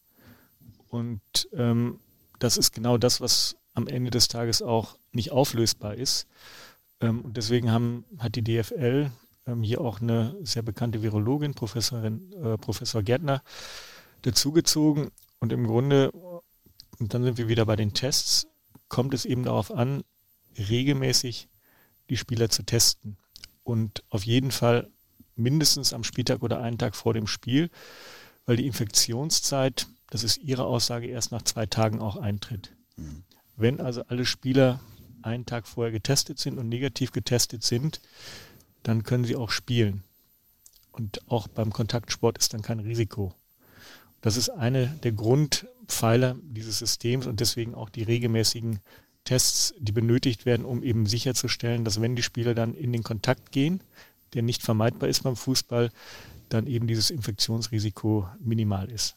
Und das ist genau das, was am Ende des Tages auch nicht auflösbar ist. Und deswegen hat die DFL hier auch eine sehr bekannte Virologin, Professor Gärtner, dazugezogen. Und im Grunde, und dann sind wir wieder bei den Tests, kommt es eben darauf an, regelmäßig die Spieler zu testen. Und auf jeden Fall mindestens am Spieltag oder einen Tag vor dem Spiel, weil die Infektionszeit, das ist ihre Aussage, erst nach 2 Tagen auch eintritt. Wenn also alle Spieler einen Tag vorher getestet sind und negativ getestet sind, dann können sie auch spielen. Und auch beim Kontaktsport ist dann kein Risiko. Das ist eine der Grundpfeiler dieses Systems und deswegen auch die regelmäßigen Tests, die benötigt werden, um eben sicherzustellen, dass wenn die Spieler dann in den Kontakt gehen, der nicht vermeidbar ist beim Fußball, dann eben dieses Infektionsrisiko minimal ist.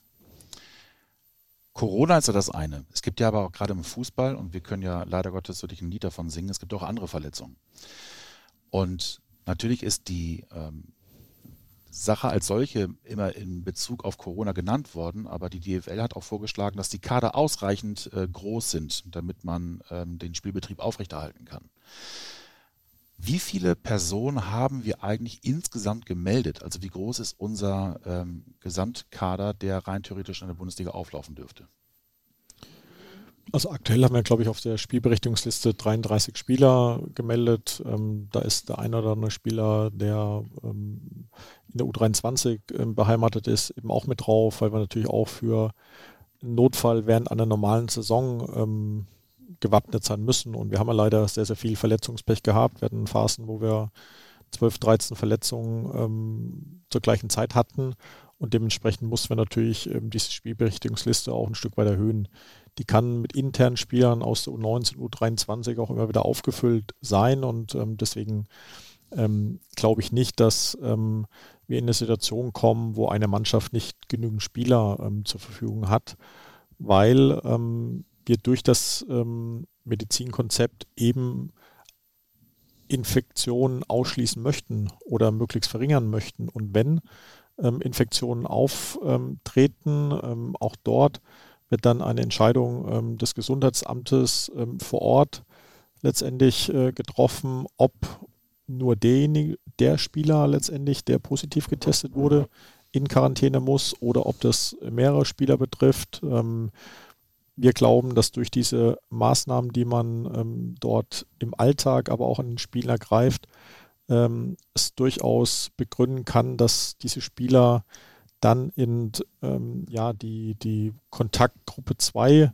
Corona ist ja das eine. Es gibt ja aber auch gerade im Fußball, und wir können ja leider Gottes wirklich ein Lied davon singen, es gibt auch andere Verletzungen. Und natürlich ist die Sache als solche immer in Bezug auf Corona genannt worden, aber die DFL hat auch vorgeschlagen, dass die Kader ausreichend groß sind, damit man den Spielbetrieb aufrechterhalten kann. Wie viele Personen haben wir eigentlich insgesamt gemeldet? Also wie groß ist unser Gesamtkader, der rein theoretisch in der Bundesliga auflaufen dürfte? Also aktuell haben wir, glaube ich, auf der Spielberechtigungsliste 33 Spieler gemeldet. Da ist der eine oder andere Spieler, der in der U23 beheimatet ist, eben auch mit drauf, weil wir natürlich auch für einen Notfall während einer normalen Saison gewappnet sein müssen. Und wir haben ja leider sehr, sehr viel Verletzungspech gehabt. Wir hatten Phasen, wo wir 12, 13 Verletzungen zur gleichen Zeit hatten. Und dementsprechend mussten wir natürlich diese Spielberechtigungsliste auch ein Stück weit erhöhen. Die kann mit internen Spielern aus der U19, U23 auch immer wieder aufgefüllt sein. Und deswegen glaube ich nicht, dass wir in eine Situation kommen, wo eine Mannschaft nicht genügend Spieler zur Verfügung hat, weil wir durch das Medizinkonzept eben Infektionen ausschließen möchten oder möglichst verringern möchten. Und wenn Infektionen auftreten, auch dort wird dann eine Entscheidung des Gesundheitsamtes vor Ort letztendlich getroffen, ob nur der Spieler letztendlich, der positiv getestet wurde, in Quarantäne muss oder ob das mehrere Spieler betrifft. Wir glauben, dass durch diese Maßnahmen, die man dort im Alltag, aber auch in den Spielen ergreift, es durchaus begründen kann, dass diese Spieler dann in die Kontaktgruppe 2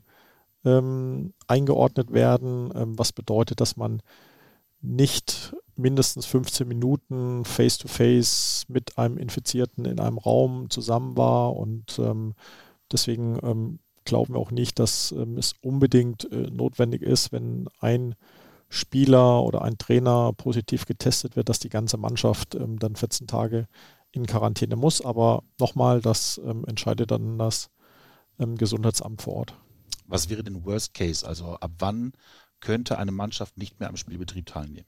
eingeordnet werden, was bedeutet, dass man nicht mindestens 15 Minuten face-to-face mit einem Infizierten in einem Raum zusammen war, und deswegen glauben wir auch nicht, dass es unbedingt notwendig ist, wenn ein Spieler oder ein Trainer positiv getestet wird, dass die ganze Mannschaft dann 14 Tage in Quarantäne muss. Aber nochmal, das entscheidet dann das Gesundheitsamt vor Ort. Was wäre denn Worst Case? Also ab wann könnte eine Mannschaft nicht mehr am Spielbetrieb teilnehmen?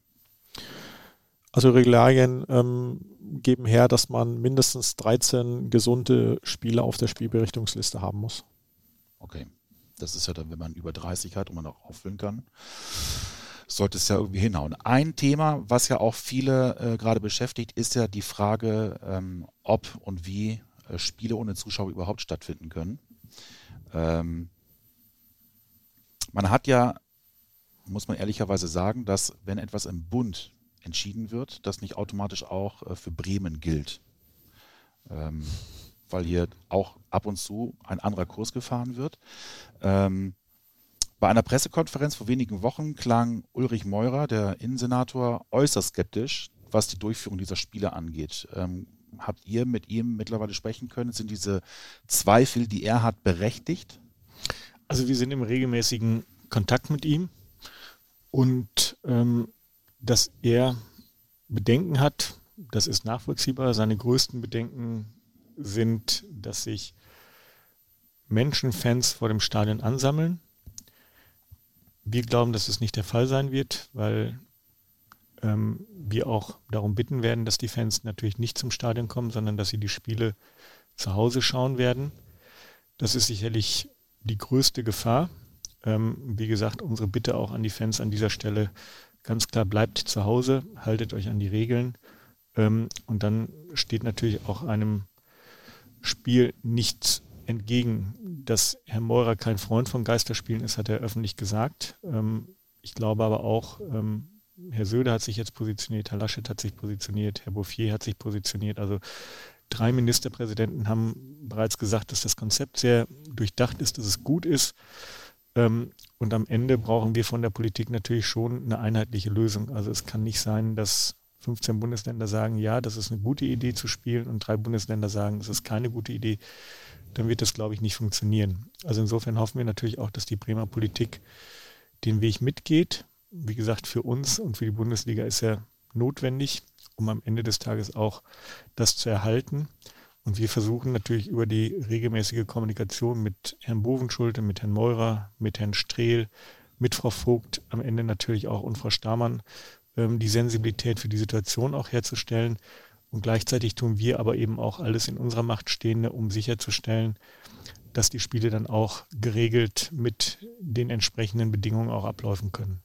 Also Regularien geben her, dass man mindestens 13 gesunde Spieler auf der Spielberechtigungsliste haben muss. Okay, das ist ja dann, wenn man über 30 hat und man auch auffüllen kann. sollte es ja irgendwie hinhauen. Ein Thema, was ja auch viele gerade beschäftigt, ist ja die Frage, ob und wie Spiele ohne Zuschauer überhaupt stattfinden können. Man hat ja, muss man ehrlicherweise sagen, dass wenn etwas im Bund entschieden wird, das nicht automatisch auch für Bremen gilt. Weil hier auch ab und zu ein anderer Kurs gefahren wird. Bei einer Pressekonferenz vor wenigen Wochen klang Ulrich Meurer, der Innensenator, äußerst skeptisch, was die Durchführung dieser Spiele angeht. Habt ihr mit ihm mittlerweile sprechen können? Sind diese Zweifel, die er hat, berechtigt? Also wir sind im regelmäßigen Kontakt mit ihm und dass er Bedenken hat, das ist nachvollziehbar. Seine größten Bedenken sind, dass sich Fans vor dem Stadion ansammeln. Wir glauben, dass es nicht der Fall sein wird, weil wir auch darum bitten werden, dass die Fans natürlich nicht zum Stadion kommen, sondern dass sie die Spiele zu Hause schauen werden. Das ist sicherlich die größte Gefahr. Wie gesagt, unsere Bitte auch an die Fans an dieser Stelle ganz klar, bleibt zu Hause, haltet euch an die Regeln. Und dann steht natürlich auch einem Spiel nichts entgegen. Dass Herr Meurer kein Freund von Geisterspielen ist, hat er öffentlich gesagt. Ich glaube aber auch, Herr Söder hat sich jetzt positioniert, Herr Laschet hat sich positioniert, Herr Bouffier hat sich positioniert. Also 3 Ministerpräsidenten haben bereits gesagt, dass das Konzept sehr durchdacht ist, dass es gut ist. Und am Ende brauchen wir von der Politik natürlich schon eine einheitliche Lösung. Also es kann nicht sein, dass 15 Bundesländer sagen, ja, das ist eine gute Idee zu spielen und 3 Bundesländer sagen, das ist keine gute Idee. Dann wird das, glaube ich, nicht funktionieren. Also insofern hoffen wir natürlich auch, dass die Bremer Politik den Weg mitgeht. Wie gesagt, für uns und für die Bundesliga ist er notwendig, um am Ende des Tages auch das zu erhalten. Und wir versuchen natürlich über die regelmäßige Kommunikation mit Herrn Bovenschulte, mit Herrn Meurer, mit Herrn Strehl, mit Frau Vogt, am Ende natürlich auch und Frau Stamann, die Sensibilität für die Situation auch herzustellen. Und gleichzeitig tun wir aber eben auch alles in unserer Macht Stehende, um sicherzustellen, dass die Spiele dann auch geregelt mit den entsprechenden Bedingungen auch ablaufen können.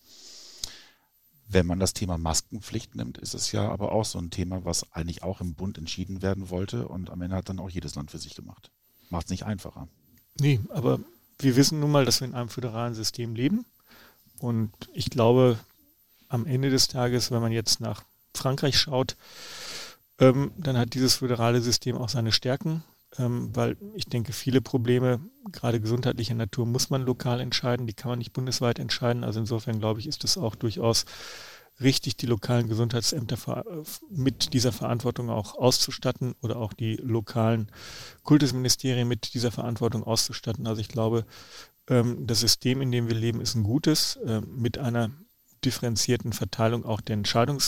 Wenn man das Thema Maskenpflicht nimmt, ist es ja aber auch so ein Thema, was eigentlich auch im Bund entschieden werden wollte und am Ende hat dann auch jedes Land für sich gemacht. Macht es nicht einfacher. Nee, aber wir wissen nun mal, dass wir in einem föderalen System leben und ich glaube, am Ende des Tages, wenn man jetzt nach Frankreich schaut, dann hat dieses föderale System auch seine Stärken, weil ich denke, viele Probleme, gerade gesundheitlicher Natur, muss man lokal entscheiden, die kann man nicht bundesweit entscheiden. Also insofern glaube ich, ist es auch durchaus richtig, die lokalen Gesundheitsämter mit dieser Verantwortung auch auszustatten oder auch die lokalen Kultusministerien mit dieser Verantwortung auszustatten. Also ich glaube, das System, in dem wir leben, ist ein gutes, mit einer differenzierten Verteilung auch der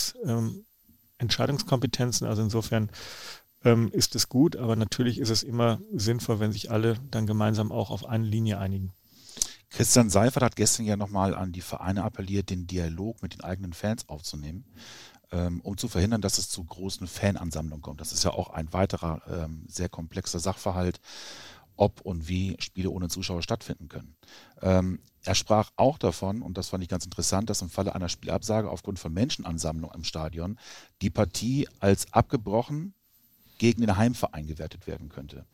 Entscheidungskompetenzen. Also insofern ist es gut, aber natürlich ist es immer sinnvoll, wenn sich alle dann gemeinsam auch auf eine Linie einigen. Christian Seifert hat gestern ja nochmal an die Vereine appelliert, den Dialog mit den eigenen Fans aufzunehmen, um zu verhindern, dass es zu großen Fanansammlungen kommt. Das ist ja auch ein weiterer sehr komplexer Sachverhalt, ob und wie Spiele ohne Zuschauer stattfinden können. Er sprach auch davon, und das fand ich ganz interessant, dass im Falle einer Spielabsage aufgrund von Menschenansammlung im Stadion die Partie als abgebrochen gegen den Heimverein gewertet werden könnte.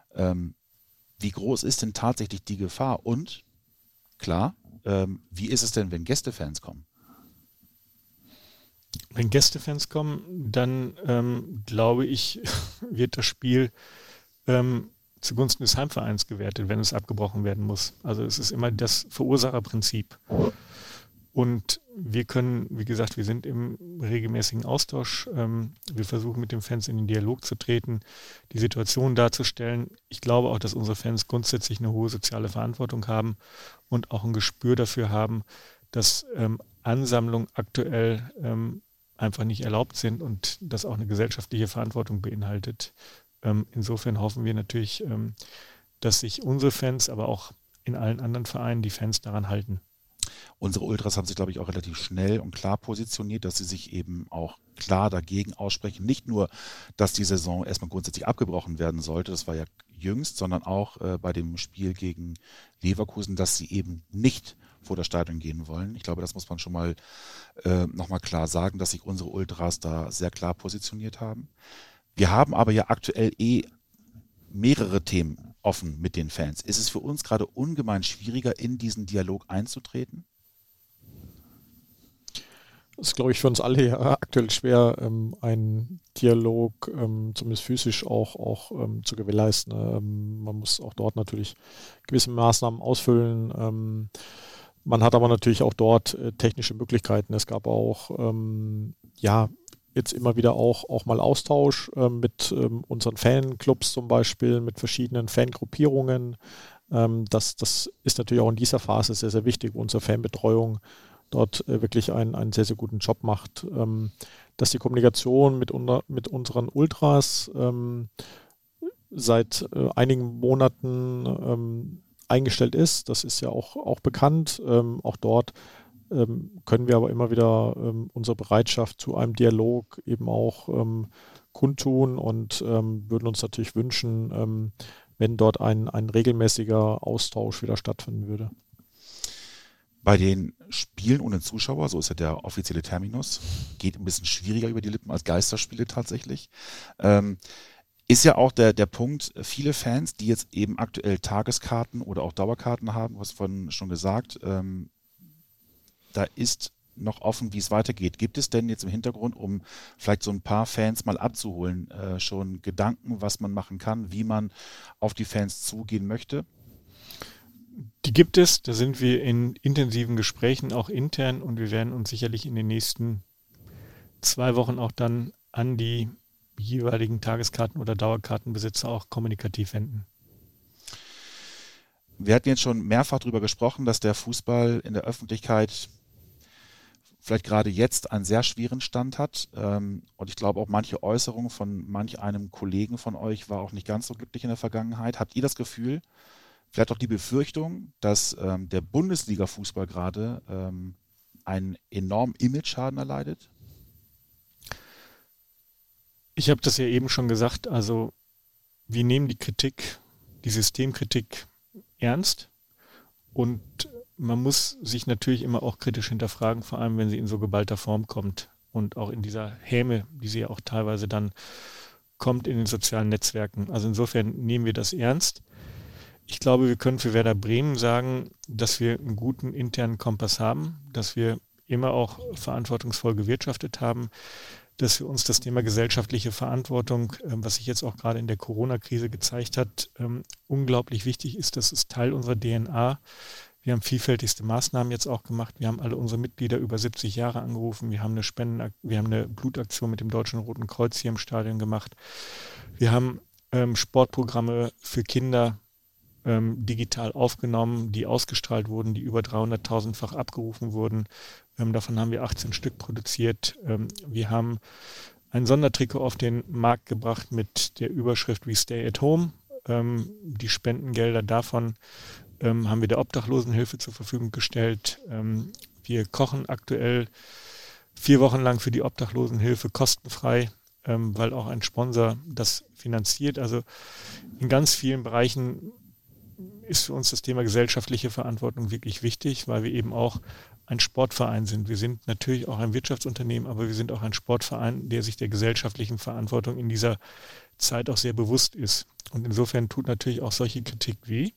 Wie groß ist denn tatsächlich die Gefahr? Und, klar, wie ist es denn, wenn Gästefans kommen? Wenn Gästefans kommen, dann glaube ich, wird das Spiel zugunsten des Heimvereins gewertet, wenn es abgebrochen werden muss. Also es ist immer das Verursacherprinzip. Und wir können, wie gesagt, wir sind im regelmäßigen Austausch. Wir versuchen mit den Fans in den Dialog zu treten, die Situation darzustellen. Ich glaube auch, dass unsere Fans grundsätzlich eine hohe soziale Verantwortung haben und auch ein Gespür dafür haben, dass Ansammlungen aktuell einfach nicht erlaubt sind und das auch eine gesellschaftliche Verantwortung beinhaltet. Insofern hoffen wir natürlich, dass sich unsere Fans, aber auch in allen anderen Vereinen die Fans daran halten. Unsere Ultras haben sich, glaube ich, auch relativ schnell und klar positioniert, dass sie sich eben auch klar dagegen aussprechen. Nicht nur, dass die Saison erstmal grundsätzlich abgebrochen werden sollte, das war ja jüngst, sondern auch bei dem Spiel gegen Leverkusen, dass sie eben nicht vor das Stadion gehen wollen. Ich glaube, das muss man schon mal nochmal klar sagen, dass sich unsere Ultras da sehr klar positioniert haben. Wir haben aber ja aktuell mehrere Themen offen mit den Fans. Ist es für uns gerade ungemein schwieriger, in diesen Dialog einzutreten? Das ist, glaube ich, für uns alle ja aktuell schwer, einen Dialog zumindest physisch auch zu gewährleisten. Man muss auch dort natürlich gewisse Maßnahmen ausfüllen. Man hat aber natürlich auch dort technische Möglichkeiten. Es gab auch jetzt immer wieder auch mal Austausch mit unseren Fanclubs zum Beispiel, mit verschiedenen Fangruppierungen. Das ist natürlich auch in dieser Phase sehr, sehr wichtig, wo unsere Fanbetreuung dort wirklich einen sehr, sehr guten Job macht. Dass die Kommunikation mit unseren Ultras seit einigen Monaten eingestellt ist, das ist ja auch bekannt. Auch dort können wir aber immer wieder unsere Bereitschaft zu einem Dialog eben auch kundtun und würden uns natürlich wünschen, wenn dort ein regelmäßiger Austausch wieder stattfinden würde. Bei den Spielen ohne Zuschauer, so ist ja der offizielle Terminus, geht ein bisschen schwieriger über die Lippen als Geisterspiele tatsächlich. Ist ja auch der Punkt, viele Fans, die jetzt eben aktuell Tageskarten oder auch Dauerkarten haben, was vorhin schon gesagt, da ist noch offen, wie es weitergeht. Gibt es denn jetzt im Hintergrund, um vielleicht so ein paar Fans mal abzuholen, schon Gedanken, was man machen kann, wie man auf die Fans zugehen möchte? Die gibt es, da sind wir in intensiven Gesprächen, auch intern, und wir werden uns sicherlich in den nächsten 2 Wochen auch dann an die jeweiligen Tageskarten- oder Dauerkartenbesitzer auch kommunikativ wenden. Wir hatten jetzt schon mehrfach darüber gesprochen, dass der Fußball in der Öffentlichkeit vielleicht gerade jetzt einen sehr schweren Stand hat. Und ich glaube auch manche Äußerungen von manch einem Kollegen von euch war auch nicht ganz so glücklich in der Vergangenheit. Habt ihr das Gefühl, vielleicht auch die Befürchtung, dass der Bundesliga-Fußball gerade einen enormen Image-Schaden erleidet? Ich habe das ja eben schon gesagt, also wir nehmen die Kritik, die Systemkritik ernst, und man muss sich natürlich immer auch kritisch hinterfragen, vor allem wenn sie in so geballter Form kommt und auch in dieser Häme, die sie ja auch teilweise dann kommt in den sozialen Netzwerken. Also insofern nehmen wir das ernst. Ich glaube, wir können für Werder Bremen sagen, dass wir einen guten internen Kompass haben, dass wir immer auch verantwortungsvoll gewirtschaftet haben, dass für uns das Thema gesellschaftliche Verantwortung, was sich jetzt auch gerade in der Corona-Krise gezeigt hat, unglaublich wichtig ist. Das ist Teil unserer DNA. Wir haben vielfältigste Maßnahmen jetzt auch gemacht. Wir haben alle unsere Mitglieder über 70 Jahre angerufen. Wir haben eine Blutaktion mit dem Deutschen Roten Kreuz hier im Stadion gemacht. Wir haben Sportprogramme für Kinder digital aufgenommen, die ausgestrahlt wurden, die über 300.000-fach abgerufen wurden. Davon haben wir 18 Stück produziert. Wir haben ein Sondertrikot auf den Markt gebracht mit der Überschrift We Stay at Home. Die Spendengelder davon haben wir der Obdachlosenhilfe zur Verfügung gestellt. Wir kochen aktuell 4 Wochen lang für die Obdachlosenhilfe kostenfrei, weil auch ein Sponsor das finanziert. Also in ganz vielen Bereichen ist für uns das Thema gesellschaftliche Verantwortung wirklich wichtig, weil wir eben auch ein Sportverein sind. Wir sind natürlich auch ein Wirtschaftsunternehmen, aber wir sind auch ein Sportverein, der sich der gesellschaftlichen Verantwortung in dieser Zeit auch sehr bewusst ist. Und insofern tut natürlich auch solche Kritik weh.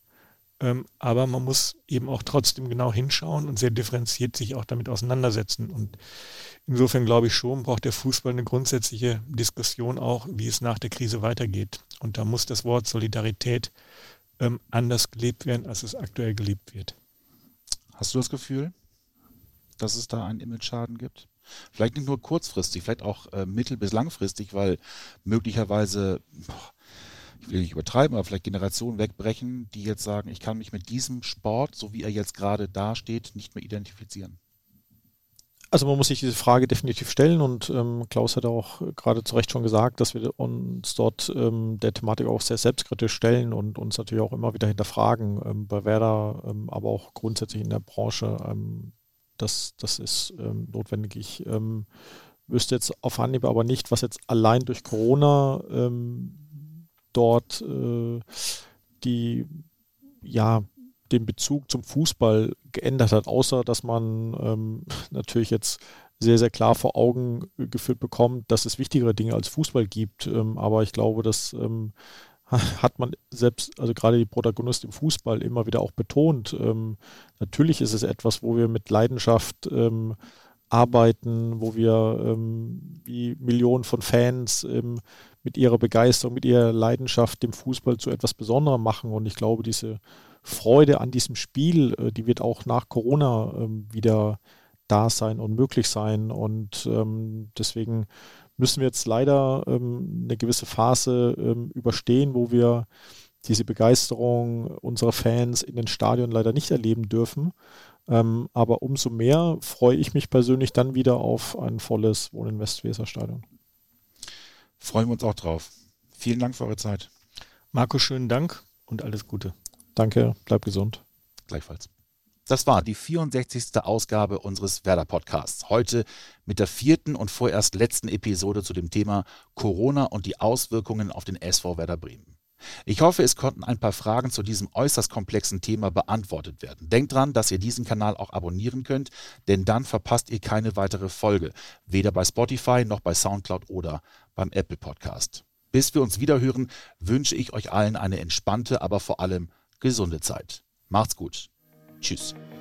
Aber man muss eben auch trotzdem genau hinschauen und sehr differenziert sich auch damit auseinandersetzen. Und insofern glaube ich schon, braucht der Fußball eine grundsätzliche Diskussion auch, wie es nach der Krise weitergeht. Und da muss das Wort Solidarität anders gelebt werden, als es aktuell gelebt wird. Hast du das Gefühl, dass es da einen Image-Schaden gibt? Vielleicht nicht nur kurzfristig, vielleicht auch mittel- bis langfristig, weil möglicherweise, ich will nicht übertreiben, aber vielleicht Generationen wegbrechen, die jetzt sagen, ich kann mich mit diesem Sport, so wie er jetzt gerade dasteht, nicht mehr identifizieren. Also man muss sich diese Frage definitiv stellen, und Klaus hat auch gerade zu Recht schon gesagt, dass wir uns dort der Thematik auch sehr selbstkritisch stellen und uns natürlich auch immer wieder hinterfragen, bei Werder, aber auch grundsätzlich in der Branche. Das ist notwendig. Ich wüsste jetzt auf Anhieb aber nicht, was jetzt allein durch Corona dort die den Bezug zum Fußball geändert hat, außer dass man natürlich jetzt sehr, sehr klar vor Augen geführt bekommt, dass es wichtigere Dinge als Fußball gibt. Aber ich glaube, das hat man selbst, also gerade die Protagonisten im Fußball immer wieder auch betont. Natürlich ist es etwas, wo wir mit Leidenschaft arbeiten, wo wir wie Millionen von Fans mit ihrer Begeisterung, mit ihrer Leidenschaft dem Fußball zu etwas Besonderem machen. Und ich glaube, diese Freude an diesem Spiel, die wird auch nach Corona wieder da sein und möglich sein. Und deswegen müssen wir jetzt leider eine gewisse Phase überstehen, wo wir diese Begeisterung unserer Fans in den Stadien leider nicht erleben dürfen. Aber umso mehr freue ich mich persönlich dann wieder auf ein volles Wohnen-Westweser-Stadion. Freuen wir uns auch drauf. Vielen Dank für eure Zeit. Marco, schönen Dank und alles Gute. Danke, bleib gesund. Gleichfalls. Das war die 64. Ausgabe unseres Werder-Podcasts. Heute mit der 4. und vorerst letzten Episode zu dem Thema Corona und die Auswirkungen auf den SV Werder Bremen. Ich hoffe, es konnten ein paar Fragen zu diesem äußerst komplexen Thema beantwortet werden. Denkt dran, dass ihr diesen Kanal auch abonnieren könnt, denn dann verpasst ihr keine weitere Folge, weder bei Spotify noch bei Soundcloud oder beim Apple Podcast. Bis wir uns wieder hören, wünsche ich euch allen eine entspannte, aber vor allem gesunde Zeit. Macht's gut. Tschüss.